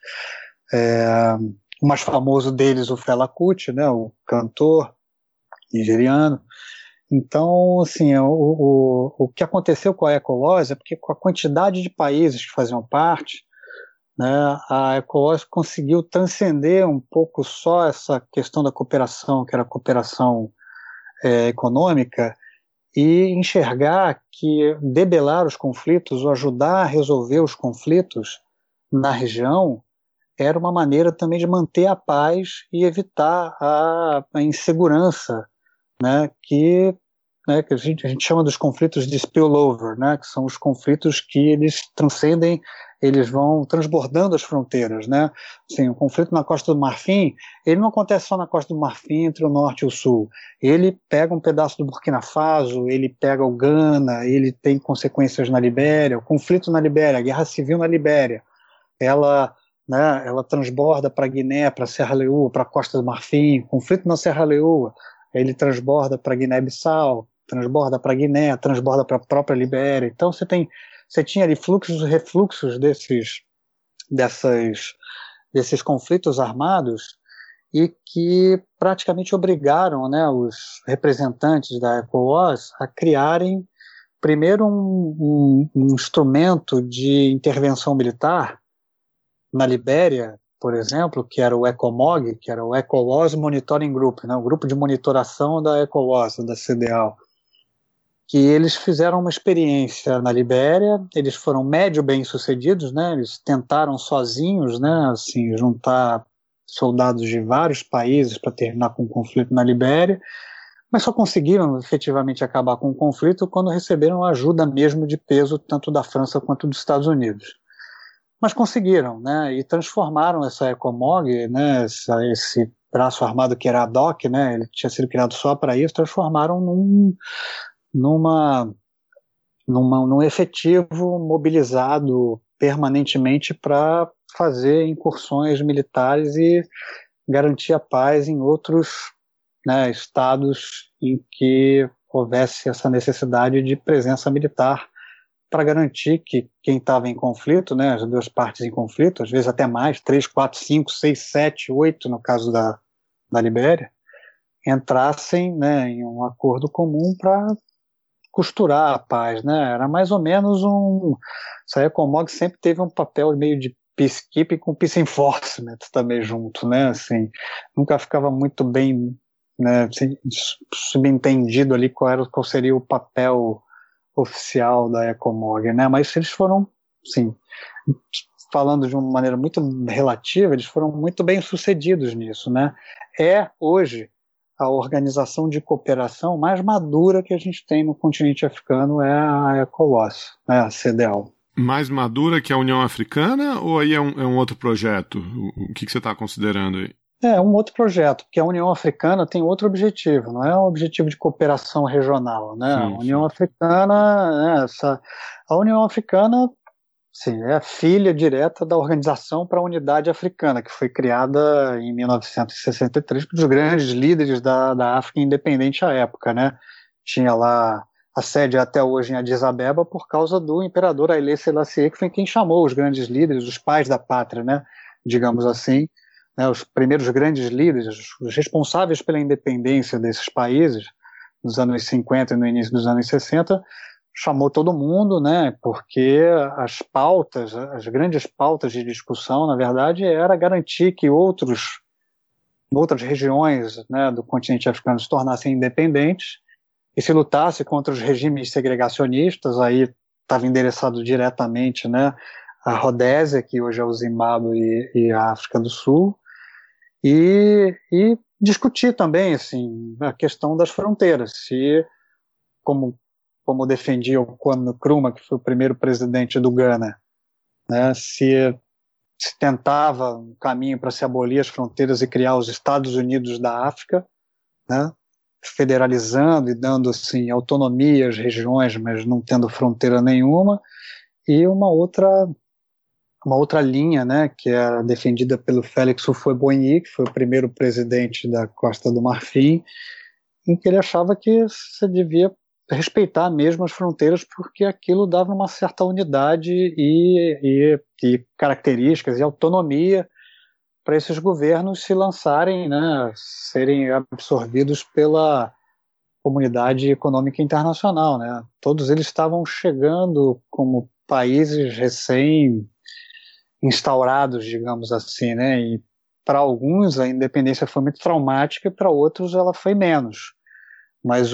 O mais famoso deles, o Fela Kuti, né, o cantor nigeriano. Então, assim, o que aconteceu com a ECOWAS é porque com a quantidade de países que faziam parte, né, a ECOWAS conseguiu transcender um pouco só essa questão da cooperação, que era a cooperação econômica, e enxergar que debelar os conflitos ou ajudar a resolver os conflitos na região era uma maneira também de manter a paz e evitar a insegurança, né, que a gente chama dos conflitos de spillover, né, que são os conflitos que eles transcendem, eles vão transbordando as fronteiras, né? Assim, o conflito na Costa do Marfim, ele não acontece só na Costa do Marfim entre o norte e o sul. Ele pega um pedaço do Burkina Faso, ele pega o Ghana, ele tem consequências na Libéria, o conflito na Libéria, a guerra civil na Libéria, ela transborda para Guiné, para Serra Leoa, para a Costa do Marfim, conflito na Serra Leoa, ele transborda para Guiné-Bissau, transborda para Guiné, transborda para a própria Libéria. Então você tinha ali fluxos e refluxos desses conflitos armados e que praticamente obrigaram, né, os representantes da ECOWAS a criarem primeiro um instrumento de intervenção militar na Libéria, por exemplo, que era o ECOMOG, que era o ECOWAS Monitoring Group, né, o grupo de monitoração da ECOWAS, da CEDEAW, que eles fizeram uma experiência na Libéria, eles foram médio bem-sucedidos, né, eles tentaram sozinhos, né, assim, juntar soldados de vários países para terminar com o conflito na Libéria, mas só conseguiram efetivamente acabar com o conflito quando receberam ajuda mesmo de peso tanto da França quanto dos Estados Unidos. Mas conseguiram, né, e transformaram essa ECOMOG, né, esse braço armado que era ad hoc, né, ele tinha sido criado só para isso, transformaram num efetivo mobilizado permanentemente para fazer incursões militares e garantir a paz em outros, né, estados em que houvesse essa necessidade de presença militar para garantir que quem estava em conflito, né, as duas partes em conflito, às vezes até mais, 3, 4, 5, 6, 7, 8 no caso da Libéria, entrassem, né, em um acordo comum para costurar a paz, né? Era mais ou menos essa ECOMOG sempre teve um papel meio de peacekeeping com peace enforcement também junto, né? Assim, nunca ficava muito bem, né, subentendido ali qual seria o papel oficial da ECOMOG, né? Mas eles foram, sim, falando de uma maneira muito relativa, eles foram muito bem sucedidos nisso, né? Hoje a organização de cooperação mais madura que a gente tem no continente africano é a ECOWAS, né, a CEDEAW. Mais madura que a União Africana ou aí é um outro projeto? O que você está considerando aí? É um outro projeto, porque a União Africana tem outro objetivo, não é um objetivo de cooperação regional, né? Sim, a União Africana, a União Africana, sim, é a filha direta da Organização para a Unidade Africana, que foi criada em 1963 pelos grandes líderes da África independente à época, né? Tinha lá a sede até hoje em Addis Abeba por causa do imperador Haile Selassie, que foi quem chamou os grandes líderes, os pais da pátria, né? Digamos assim, né? Os primeiros grandes líderes, os responsáveis pela independência desses países, nos anos 50 e no início dos anos 60, chamou todo mundo, né, porque as grandes pautas de discussão, na verdade, era garantir que outras regiões, né, do continente africano se tornassem independentes e se lutasse contra os regimes segregacionistas. Aí estava endereçado diretamente, né, a Rodésia, que hoje é o Zimbábue e a África do Sul, e discutir também, assim, a questão das fronteiras, se, como defendia o Kwame Nkrumah, que foi o primeiro presidente do Ghana, né, se tentava um caminho para se abolir as fronteiras e criar os Estados Unidos da África, né, federalizando e dando assim, autonomia às regiões, mas não tendo fronteira nenhuma, e uma outra linha, né, que é defendida pelo Félix Houphouët-Boigny, que foi o primeiro presidente da Costa do Marfim, em que ele achava que você devia respeitar mesmo as fronteiras, porque aquilo dava uma certa unidade e características e autonomia para esses governos se lançarem, né, serem absorvidos pela comunidade econômica internacional, né? Todos eles estavam chegando como países recém-instaurados, digamos assim, né? E para alguns a independência foi muito traumática e para outros ela foi menos. Mas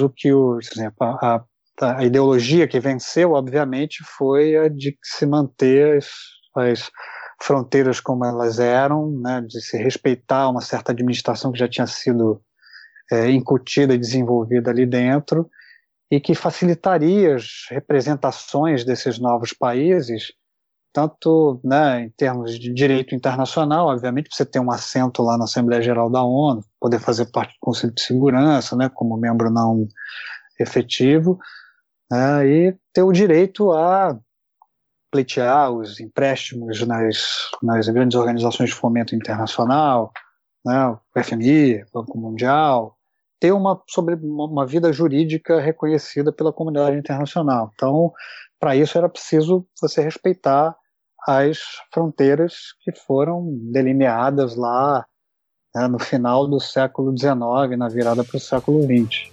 a ideologia que venceu, obviamente, foi a de se manter as fronteiras como elas eram, né, de se respeitar uma certa administração que já tinha sido incutida e desenvolvida ali dentro, e que facilitaria as representações desses novos países, tanto, né, em termos de direito internacional, obviamente, para você ter um assento lá na Assembleia Geral da ONU, poder fazer parte do Conselho de Segurança, né, como membro não efetivo, né, e ter o direito a pleitear os empréstimos nas grandes organizações de fomento internacional, né, o FMI, o Banco Mundial, ter uma vida jurídica reconhecida pela comunidade internacional. Então, para isso era preciso você respeitar as fronteiras que foram delineadas lá, né, no final do século XIX, na virada para o século XX.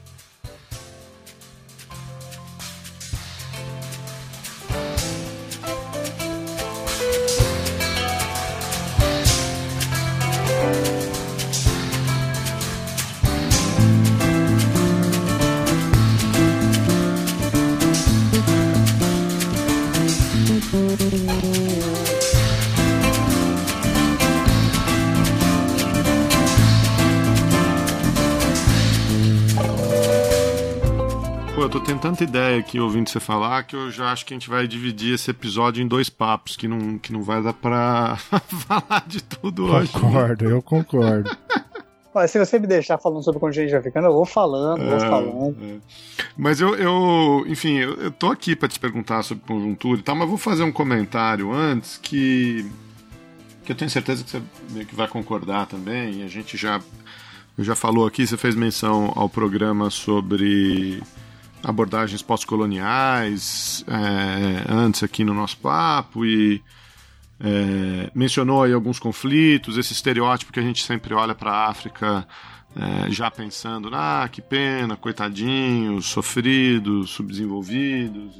Eu tô tendo tanta ideia aqui ouvindo você falar que eu já acho que a gente vai dividir esse episódio em 2 papos, que não vai dar pra falar de tudo hoje. Eu concordo. Olha, se você me deixar falando sobre contingente africano, eu vou falando. Mas enfim, eu tô aqui pra te perguntar sobre conjuntura e tal, mas vou fazer um comentário antes que eu tenho certeza que você meio que vai concordar também, e a gente já falou aqui, você fez menção ao programa sobre abordagens pós-coloniais antes aqui no nosso papo, e mencionou aí alguns conflitos, esse estereótipo que a gente sempre olha para a África já pensando, que pena, coitadinhos, sofridos, subdesenvolvidos,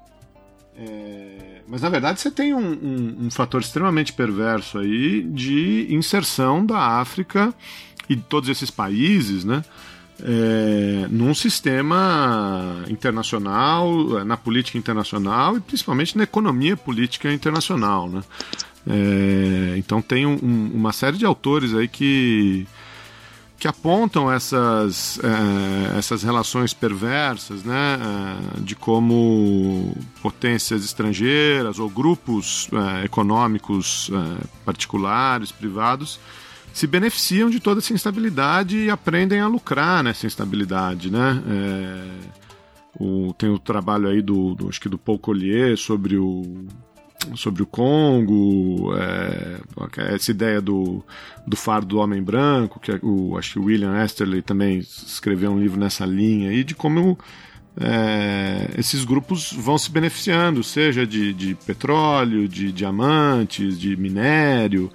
mas na verdade você tem um fator extremamente perverso aí de inserção da África e de todos esses países, né, num sistema internacional, na política internacional e principalmente na economia política internacional, né? Então tem uma série de autores aí que apontam essas relações perversas, né, de como potências estrangeiras ou grupos econômicos particulares, privados, se beneficiam de toda essa instabilidade e aprendem a lucrar nessa instabilidade, né? Tem o trabalho aí acho que do Paul Collier sobre o Congo, essa ideia do fardo do homem branco, que acho que o William Easterly também escreveu um livro nessa linha aí, de como esses grupos vão se beneficiando, seja de petróleo, de diamantes, de minério,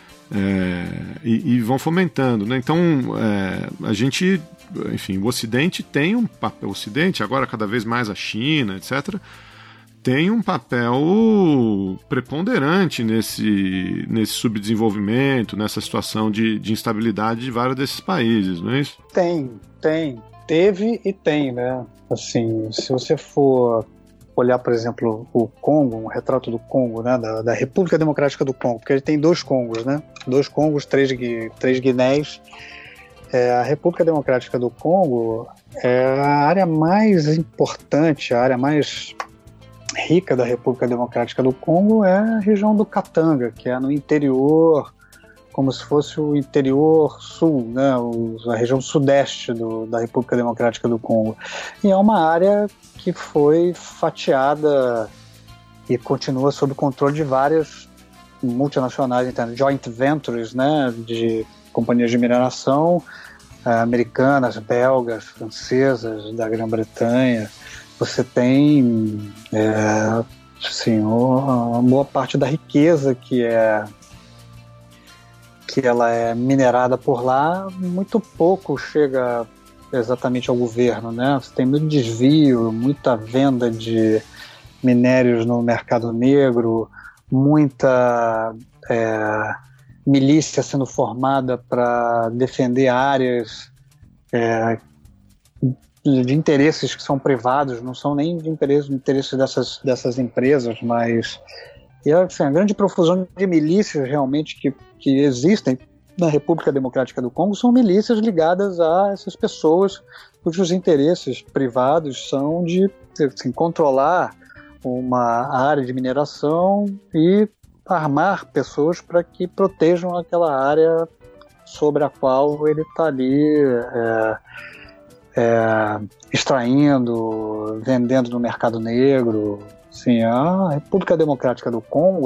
e vão fomentando, né? Então a gente, enfim, o Ocidente tem um papel, o Ocidente, agora cada vez mais a China, etc., tem um papel preponderante nesse subdesenvolvimento, nessa situação de instabilidade de vários desses países, não é isso? Teve e tem, né? Assim, se você for olhar, por exemplo, o Congo, um retrato do Congo, né, da República Democrática do Congo, porque ele tem 2 Congos, né? 2 Congos, 3 Guinés. A República Democrática do Congo é a área mais importante, a área mais rica da República Democrática do Congo é a região do Katanga, que é no interior, como se fosse o interior sul, né, a região sudeste da República Democrática do Congo. E é uma área que foi fatiada e continua sob controle de várias multinacionais, então, joint ventures, né, de companhias de mineração americanas, belgas, francesas, da Grã-Bretanha. Você tem assim, uma boa parte da riqueza que ela é minerada por lá, muito pouco chega exatamente ao governo, né? Você tem muito desvio, muita venda de minérios no mercado negro, muita milícia sendo formada para defender áreas de interesses que são privados, não são nem de interesses dessas empresas, mas assim, a grande profusão de milícias realmente que existem na República Democrática do Congo são milícias ligadas a essas pessoas cujos interesses privados são de assim, controlar uma área de mineração e armar pessoas para que protejam aquela área sobre a qual ele está ali extraindo, vendendo no mercado negro. Assim, a República Democrática do Congo,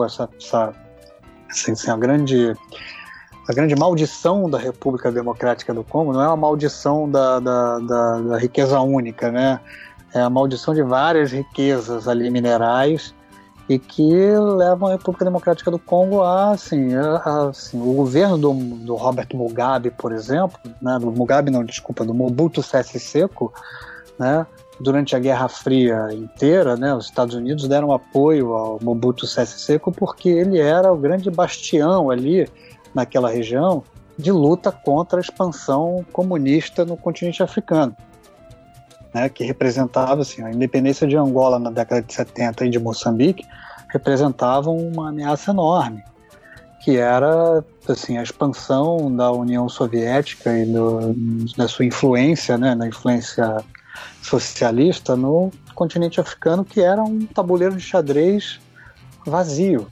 a grande maldição da República Democrática do Congo não é uma maldição da riqueza única, né? É a maldição de várias riquezas ali minerais e que levam a República Democrática do Congo o governo do Robert Mugabe, por exemplo, né? Do Mobutu Sese Seko, né? Durante a Guerra Fria inteira, né? Os Estados Unidos deram apoio ao Mobutu Sese Seko porque ele era o grande bastião ali naquela região de luta contra a expansão comunista no continente africano, né, que representava assim, a independência de Angola na década de 70 e de Moçambique representavam uma ameaça enorme, que era assim, a expansão da União Soviética e da sua influência, né, na influência socialista no continente africano, que era um tabuleiro de xadrez vazio.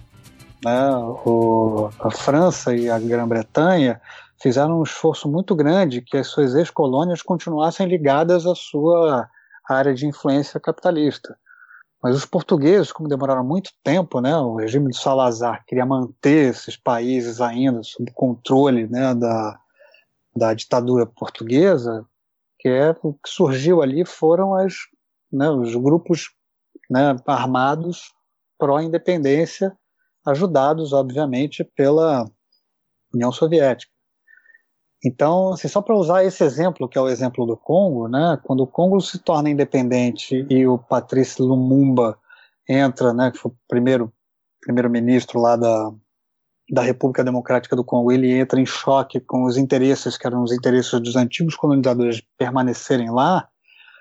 A França e a Grã-Bretanha fizeram um esforço muito grande que as suas ex-colônias continuassem ligadas à sua área de influência capitalista. Mas os portugueses, como demoraram muito tempo, né, o regime de Salazar queria manter esses países ainda sob controle, né, da ditadura portuguesa, o que surgiu ali foram os grupos, né, armados pró-independência, ajudados, obviamente, pela União Soviética. Então, assim, só para usar esse exemplo, que é o exemplo do Congo, né, quando o Congo se torna independente e o Patrice Lumumba entra, né, que foi o primeiro-ministro lá da República Democrática do Congo, ele entra em choque com os interesses, que eram os interesses dos antigos colonizadores permanecerem lá,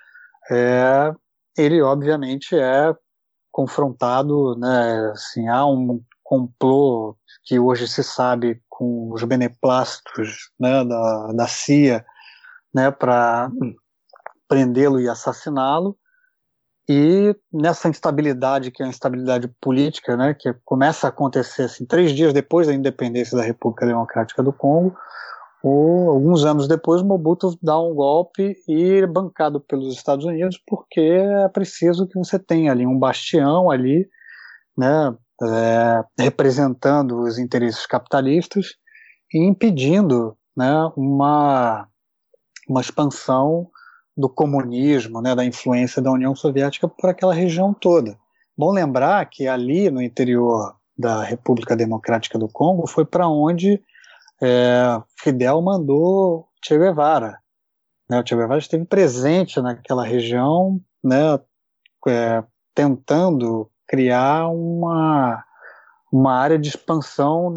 ele, obviamente, é confrontado, né, assim, há um complô que hoje se sabe com os beneplácitos, né, da CIA, né, para prendê-lo e assassiná-lo, e nessa instabilidade, que é a instabilidade política, né, que começa a acontecer assim, 3 dias depois da independência da República Democrática do Congo, alguns anos depois, Mobutu dá um golpe e é bancado pelos Estados Unidos, porque é preciso que você tenha ali um bastião ali, né, representando os interesses capitalistas e impedindo, né, uma expansão do comunismo, né, da influência da União Soviética por aquela região toda. Bom lembrar que ali no interior da República Democrática do Congo foi para onde Fidel mandou Che Guevara. Né, o Che Guevara esteve presente naquela região, né, tentando criar uma área de expansão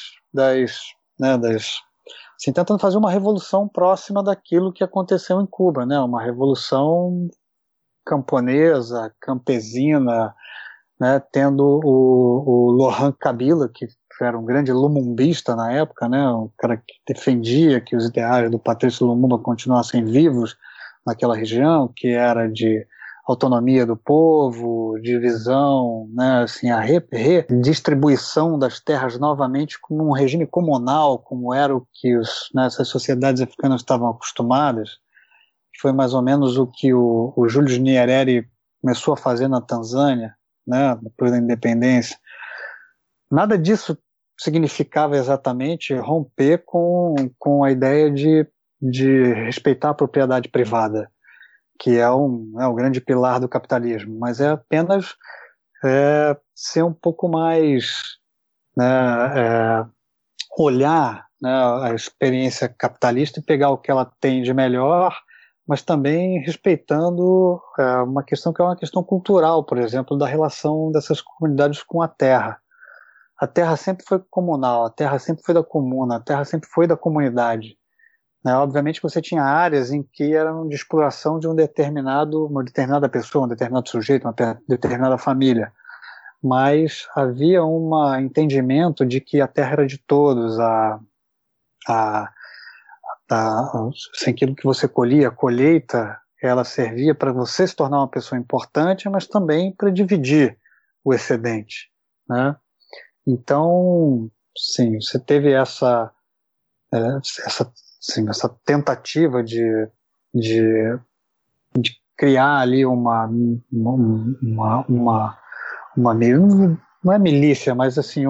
assim, tentando fazer uma revolução próxima daquilo que aconteceu em Cuba, né, uma revolução camponesa, campesina, né, tendo o Laurent Kabila, que era um grande lumumbista na época, né, um cara que defendia que os ideais do Patrício Lumumba continuassem vivos naquela região, que era de autonomia do povo, divisão, né, assim, a redistribuição das terras novamente como um regime comunal, como era o que essas sociedades africanas estavam acostumadas. Foi mais ou menos o que o Julius Nyerere começou a fazer na Tanzânia, né, depois da independência. Nada disso significava exatamente romper com a ideia de respeitar a propriedade privada, que é o grande pilar do capitalismo, mas é apenas ser um pouco mais, né, olhar, né, a experiência capitalista e pegar o que ela tem de melhor, mas também respeitando uma questão que é uma questão cultural, por exemplo, da relação dessas comunidades com a terra. A terra sempre foi comunal, a terra sempre foi da comuna, a terra sempre foi da comunidade. Né? Obviamente você tinha áreas em que eram de exploração de uma determinada pessoa, um determinado sujeito, uma determinada família. Mas havia um entendimento de que a terra era de todos, assim, aquilo que você colhia, a colheita, ela servia para você se tornar uma pessoa importante, mas também para dividir o excedente, né? Então, sim, você teve essa tentativa de criar ali não é milícia, mas assim,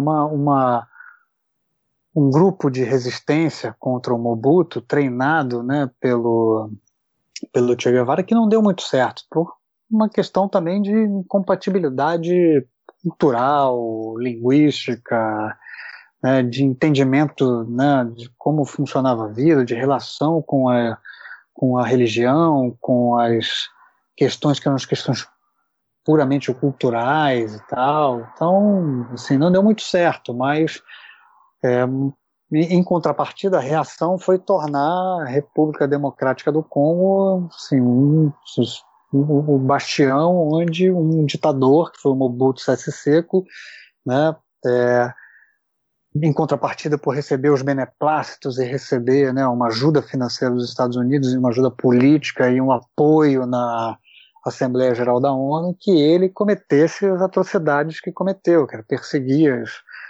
um grupo de resistência contra o Mobutu, treinado, né, pelo Che Guevara, que não deu muito certo, por uma questão também de incompatibilidade cultural, linguística, né, de entendimento, né, de como funcionava a vida, de relação com a religião, com as questões que eram as questões puramente culturais e tal. Então, assim, não deu muito certo, mas em contrapartida, a reação foi tornar a República Democrática do Congo, assim, o bastião onde um ditador, que foi o Mobutu Sese Seko, né, em contrapartida por receber os beneplácitos e receber, né, uma ajuda financeira dos Estados Unidos e uma ajuda política e um apoio na Assembleia Geral da ONU, que ele cometesse as atrocidades que cometeu, que era perseguir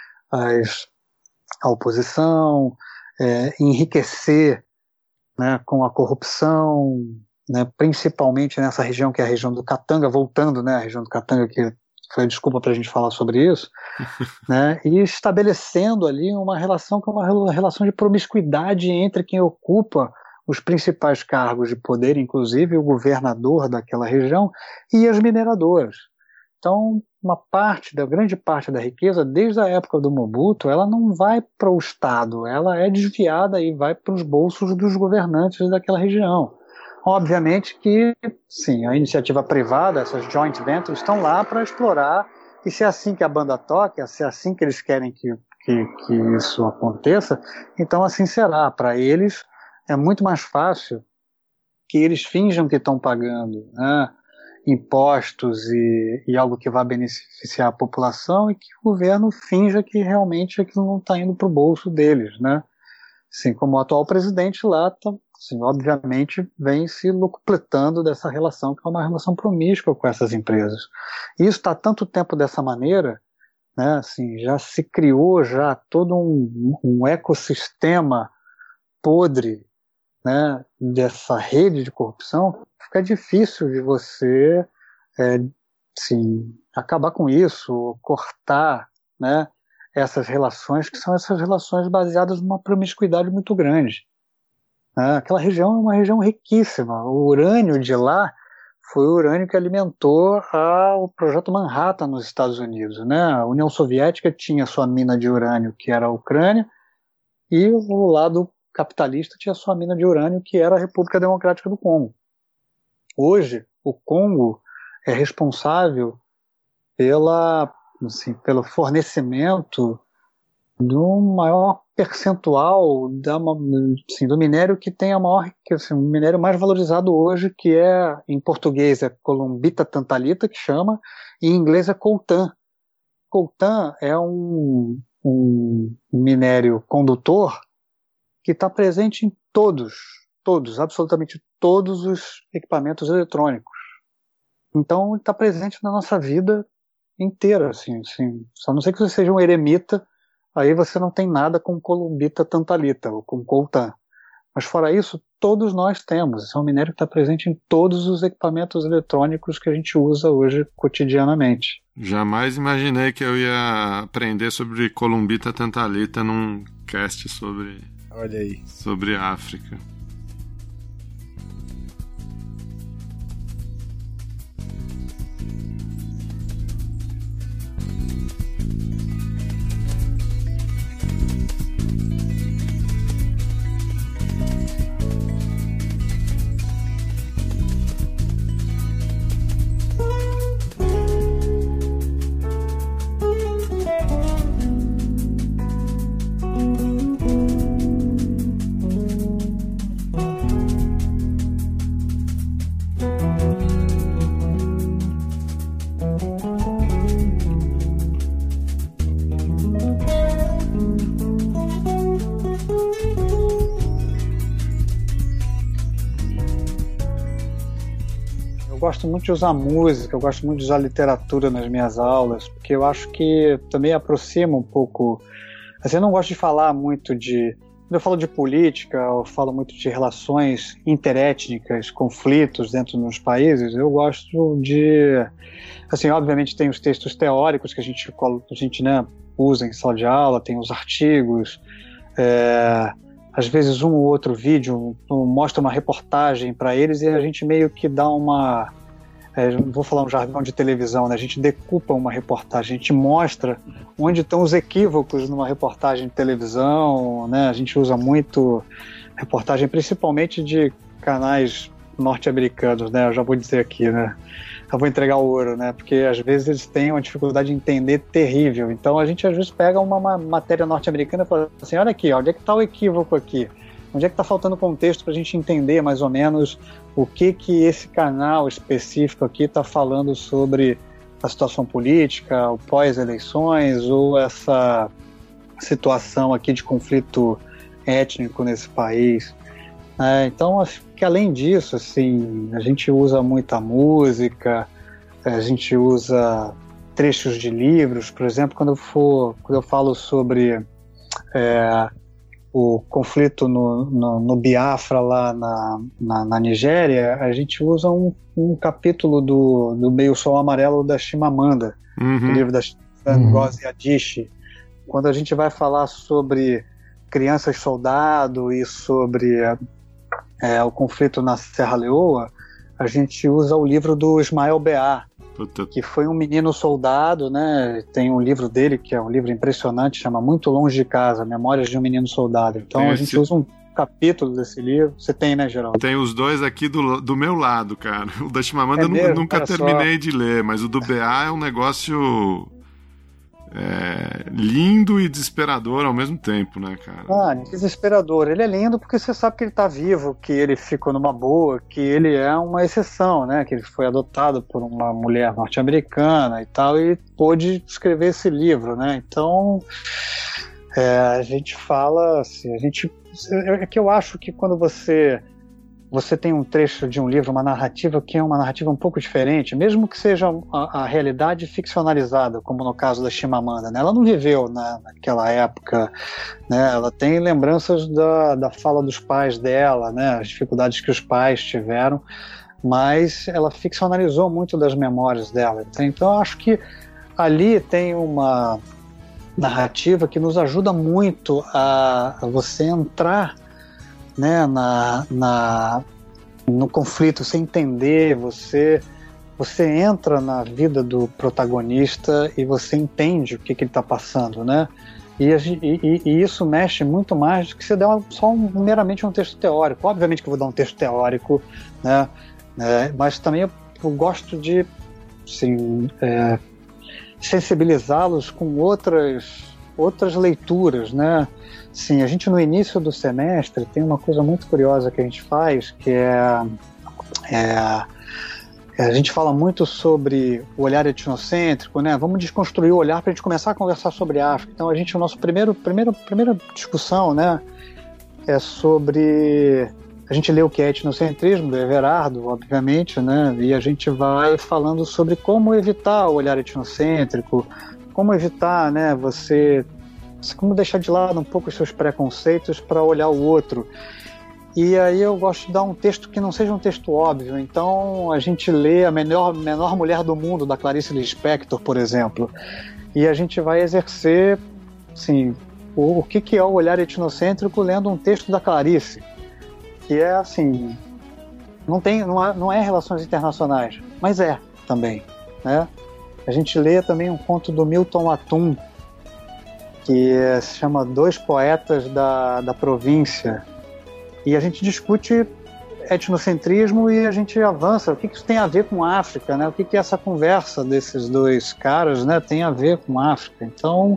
a oposição, enriquecer, né, com a corrupção, né, principalmente nessa região que é a região do Katanga, voltando, né, a região do Katanga, que foi a desculpa para a gente falar sobre isso, né, e estabelecendo ali uma relação que é uma relação de promiscuidade entre quem ocupa os principais cargos de poder, inclusive o governador daquela região e as mineradoras. Então, grande parte da riqueza, desde a época do Mobutu, ela não vai para o Estado, ela é desviada e vai para os bolsos dos governantes daquela região. Obviamente que, sim, a iniciativa privada, essas joint ventures, estão lá para explorar, e se é assim que a banda toca, se é assim que eles querem que isso aconteça, então assim será. Para eles é muito mais fácil que eles finjam que estão pagando, né, impostos e algo que vai beneficiar a população, e que o governo finja que realmente aquilo não está indo para o bolso deles, né? Assim, como o atual presidente lá, assim, obviamente, vem se locupletando dessa relação, que é uma relação promíscua com essas empresas. E isso está há tanto tempo dessa maneira, né, assim, já se criou todo um ecossistema podre, né, dessa rede de corrupção, fica difícil de você assim, acabar com isso, cortar, né, essas relações, que são essas relações baseadas numa promiscuidade muito grande. Aquela região é uma região riquíssima. O urânio de lá foi o urânio que alimentou o projeto Manhattan nos Estados Unidos, né? A União Soviética tinha sua mina de urânio, que era a Ucrânia, e o lado capitalista tinha sua mina de urânio, que era a República Democrática do Congo. Hoje, o Congo é responsável pelo fornecimento do maior percentual do minério que tem a maior, o minério mais valorizado hoje, que em português é columbita tantalita, que chama, e em inglês é coltan. Coltan é um minério condutor que está presente em absolutamente todos os equipamentos eletrônicos. Então, está presente na nossa vida inteira, assim. Só não sei que você seja um eremita, aí você não tem nada com columbita tantalita, ou com coltan. Mas fora isso, todos nós temos. Esse é um minério que está presente em todos os equipamentos eletrônicos que a gente usa hoje cotidianamente. Jamais imaginei que eu ia aprender sobre Columbita Tantalita num cast sobre... Olha aí. Sobre África. Eu gosto muito de usar música, eu gosto muito de usar literatura nas minhas aulas, porque eu acho que também aproxima um pouco. Assim, eu não gosto de falar muito de... Quando eu falo de política, eu falo muito de relações interétnicas, conflitos dentro dos países, eu gosto de... Assim, obviamente tem os textos teóricos que a gente né, usa em sala de aula, tem os artigos, às vezes um ou outro vídeo mostra uma reportagem para eles e a gente meio que dá uma... não vou falar um jargão de televisão, né? A gente decupa uma reportagem, a gente mostra onde estão os equívocos numa reportagem de televisão, né? A gente usa muito reportagem, principalmente de canais norte-americanos, né? Eu já vou dizer aqui, né? Eu vou entregar o ouro, né? Porque às vezes eles têm uma dificuldade de entender terrível. Então a gente às vezes pega uma matéria norte-americana e fala assim, olha aqui, onde é que está o equívoco aqui? Onde é que está faltando contexto para a gente entender mais ou menos o que esse canal específico aqui está falando sobre a situação política, o pós-eleições ou essa situação aqui de conflito étnico nesse país. Então, acho que além disso, assim, a gente usa muita música, a gente usa trechos de livros, por exemplo, quando eu falo sobre o conflito no Biafra lá na Nigéria, a gente usa um capítulo do Meio Sol Amarelo da Chimamanda, do livro da Ngozi Adichie. Quando a gente vai falar sobre crianças soldado e sobre o conflito na Serra Leoa, a gente usa o livro do Ismael Beá, que foi um menino soldado, né? Tem um livro dele que é um livro impressionante, chama Muito Longe de Casa, Memórias de um Menino Soldado. Então a gente usa um capítulo desse livro. Você tem, né, Geraldo? Tem os dois aqui do meu lado, cara. O da Chimamanda eu nunca terminei de ler, mas o do BA é um negócio lindo e desesperador ao mesmo tempo, né, cara? Desesperador. Ele é lindo porque você sabe que ele tá vivo, que ele ficou numa boa, que ele é uma exceção, né? Que ele foi adotado por uma mulher norte-americana e tal, e pôde escrever esse livro, né? Então, a gente fala assim, é que eu acho que quando você tem um trecho de um livro, uma narrativa que é uma narrativa um pouco diferente, mesmo que seja a realidade ficcionalizada, como no caso da Chimamanda, né? Ela não viveu naquela época, né? Ela tem lembranças da fala dos pais dela, né? As dificuldades que os pais tiveram, mas ela ficcionalizou muito das memórias dela. Então eu acho que ali tem uma narrativa que nos ajuda muito a você entrar, né, no conflito, você entender, você entra na vida do protagonista e você entende o que ele está passando, né? E isso mexe muito mais do que você dar meramente um texto teórico. Obviamente que eu vou dar um texto teórico, né? Mas também eu gosto de, assim, sensibilizá-los com outras leituras, né? Sim, a gente no início do semestre tem uma coisa muito curiosa que a gente faz, que a gente fala muito sobre o olhar etnocêntrico, né? Vamos desconstruir o olhar para a gente começar a conversar sobre a África. Então a nossa primeira discussão, né, é sobre... A gente lê o que é etnocentrismo, do Everardo, obviamente, né? E a gente vai falando sobre como evitar o olhar etnocêntrico, como evitar, né, como deixar de lado um pouco os seus preconceitos para olhar o outro. E aí eu gosto de dar um texto que não seja um texto óbvio. Então a gente lê A Menor Mulher do Mundo, da Clarice Lispector, por exemplo, e a gente vai exercer, assim, o que é o olhar etnocêntrico lendo um texto da Clarice, que é assim, não é relações internacionais, mas é também, né? A gente lê também um conto do Milton Atum, que se chama Dois Poetas da Província, e a gente discute etnocentrismo e a gente avança. O que isso tem a ver com a África, né? O que essa conversa desses dois caras, né, tem a ver com a África? Então,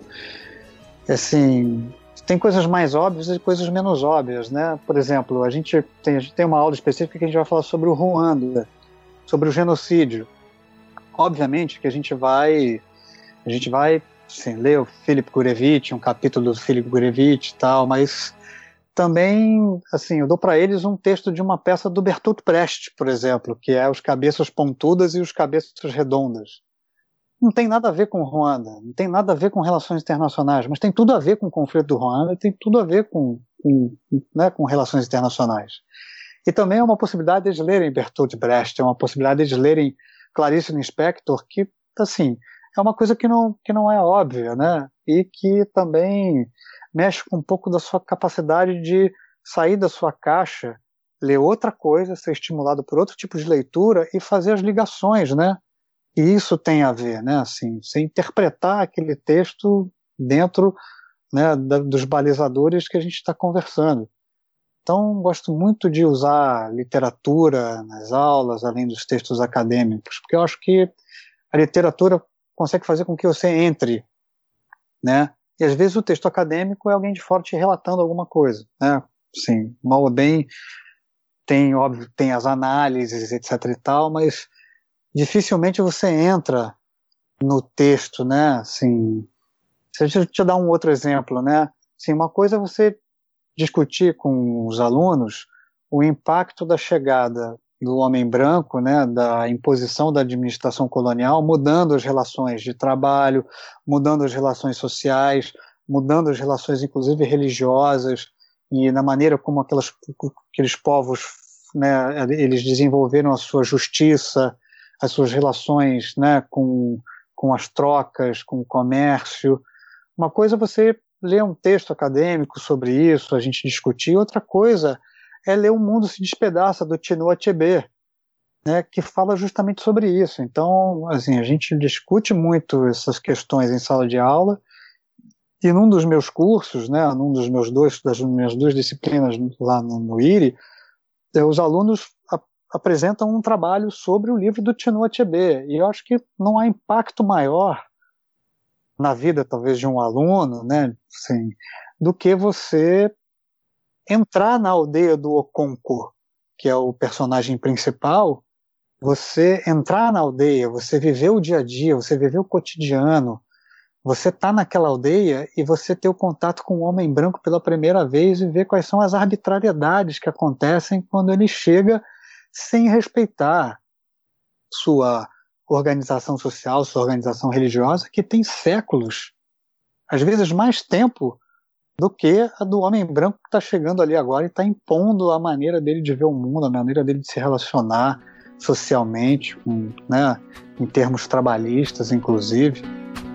assim, tem coisas mais óbvias e coisas menos óbvias, né? Por exemplo, a gente tem uma aula específica que a gente vai falar sobre o Ruanda, sobre o genocídio. Obviamente que a gente vai assim, ler o Philip Gurevitch, um capítulo do Philip Gurevitch e tal, mas também, assim, eu dou para eles um texto de uma peça do Bertolt Brecht, por exemplo, que é Os Cabeças Pontudas e os Cabeças Redondas. Não tem nada a ver com Ruanda, não tem nada a ver com relações internacionais, mas tem tudo a ver com o conflito do Ruanda, tem tudo a ver com relações internacionais. E também é uma possibilidade de eles lerem Bertolt Brecht, é uma possibilidade de eles lerem Clarice Lispector, que, assim, é uma coisa que não é óbvia, né? E que também mexe com um pouco da sua capacidade de sair da sua caixa, ler outra coisa, ser estimulado por outro tipo de leitura e fazer as ligações, né? E isso tem a ver, né? Assim, você interpretar aquele texto dentro, né, dos balizadores que a gente está conversando. Então, gosto muito de usar literatura nas aulas, além dos textos acadêmicos, porque eu acho que a literatura consegue fazer com que você entre, né? E às vezes o texto acadêmico é alguém de fora te relatando alguma coisa, né? Sim, mal ou bem, óbvio, tem as análises, etc e tal, mas dificilmente você entra no texto, né? Assim, deixa eu te dar um outro exemplo, né? Assim, uma coisa é você discutir com os alunos o impacto da chegada do homem branco, né, da imposição da administração colonial, mudando as relações de trabalho, mudando as relações sociais, mudando as relações, inclusive, religiosas, e na maneira como aqueles povos, né, eles desenvolveram a sua justiça, as suas relações, né, com as trocas, com o comércio. Uma coisa é você ler um texto acadêmico sobre isso, a gente discutir, outra coisa é ler O Mundo se Despedaça, do Chinua Achebe, né, que fala justamente sobre isso. Então, assim, a gente discute muito essas questões em sala de aula, e num dos meus cursos, né, das minhas duas disciplinas lá no IRI, os alunos apresentam um trabalho sobre o livro do Chinua Achebe, e eu acho que não há impacto maior na vida, talvez, de um aluno, né, assim, do que você entrar na aldeia do Okonko, que é o personagem principal, você entrar na aldeia, você viver o dia a dia, você viver o cotidiano, você tá naquela aldeia e você ter o contato com o homem branco pela primeira vez e ver quais são as arbitrariedades que acontecem quando ele chega sem respeitar sua organização social, sua organização religiosa, que tem séculos, às vezes mais tempo do que a do homem branco que está chegando ali agora e está impondo a maneira dele de ver o mundo, a maneira dele de se relacionar socialmente, né, em termos trabalhistas, inclusive.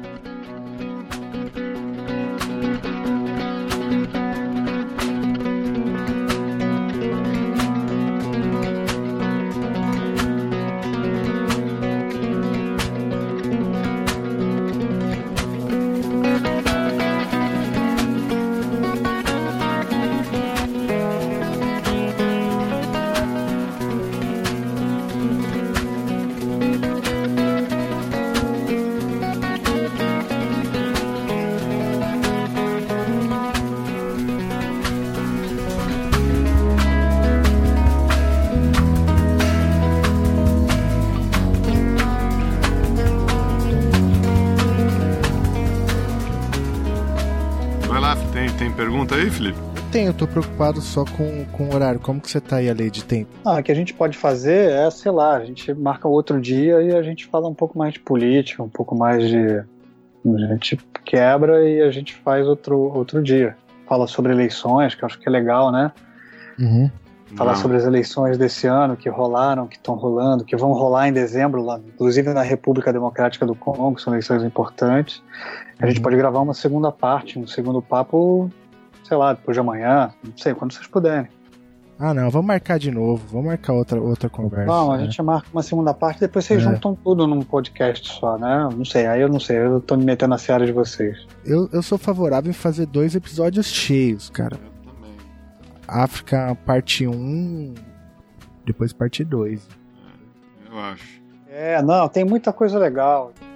Tem pergunta aí, Felipe? Eu tô preocupado só com o horário. Como que você tá aí, a lei de tempo? O que a gente pode fazer é, sei lá, a gente marca outro dia e a gente fala um pouco mais de política, um pouco mais de... A gente quebra e a gente faz outro dia. Fala sobre eleições, que eu acho que é legal, né? Uhum. falar sobre as eleições desse ano que rolaram, que estão rolando, que vão rolar em dezembro, lá, inclusive na República Democrática do Congo, são eleições importantes. A gente pode gravar uma segunda parte, um segundo papo, sei lá, depois de amanhã, não sei, quando vocês puderem. Ah, não, vamos marcar de novo, vamos marcar outra conversa. Não, a gente marca uma segunda parte, depois vocês juntam tudo num podcast só, né? Não sei, aí eu não sei, eu tô me metendo na seara de vocês. Eu sou favorável em fazer 2 episódios cheios, cara. Eu também. África, parte 1, depois parte 2. Eu acho. Não, tem muita coisa legal.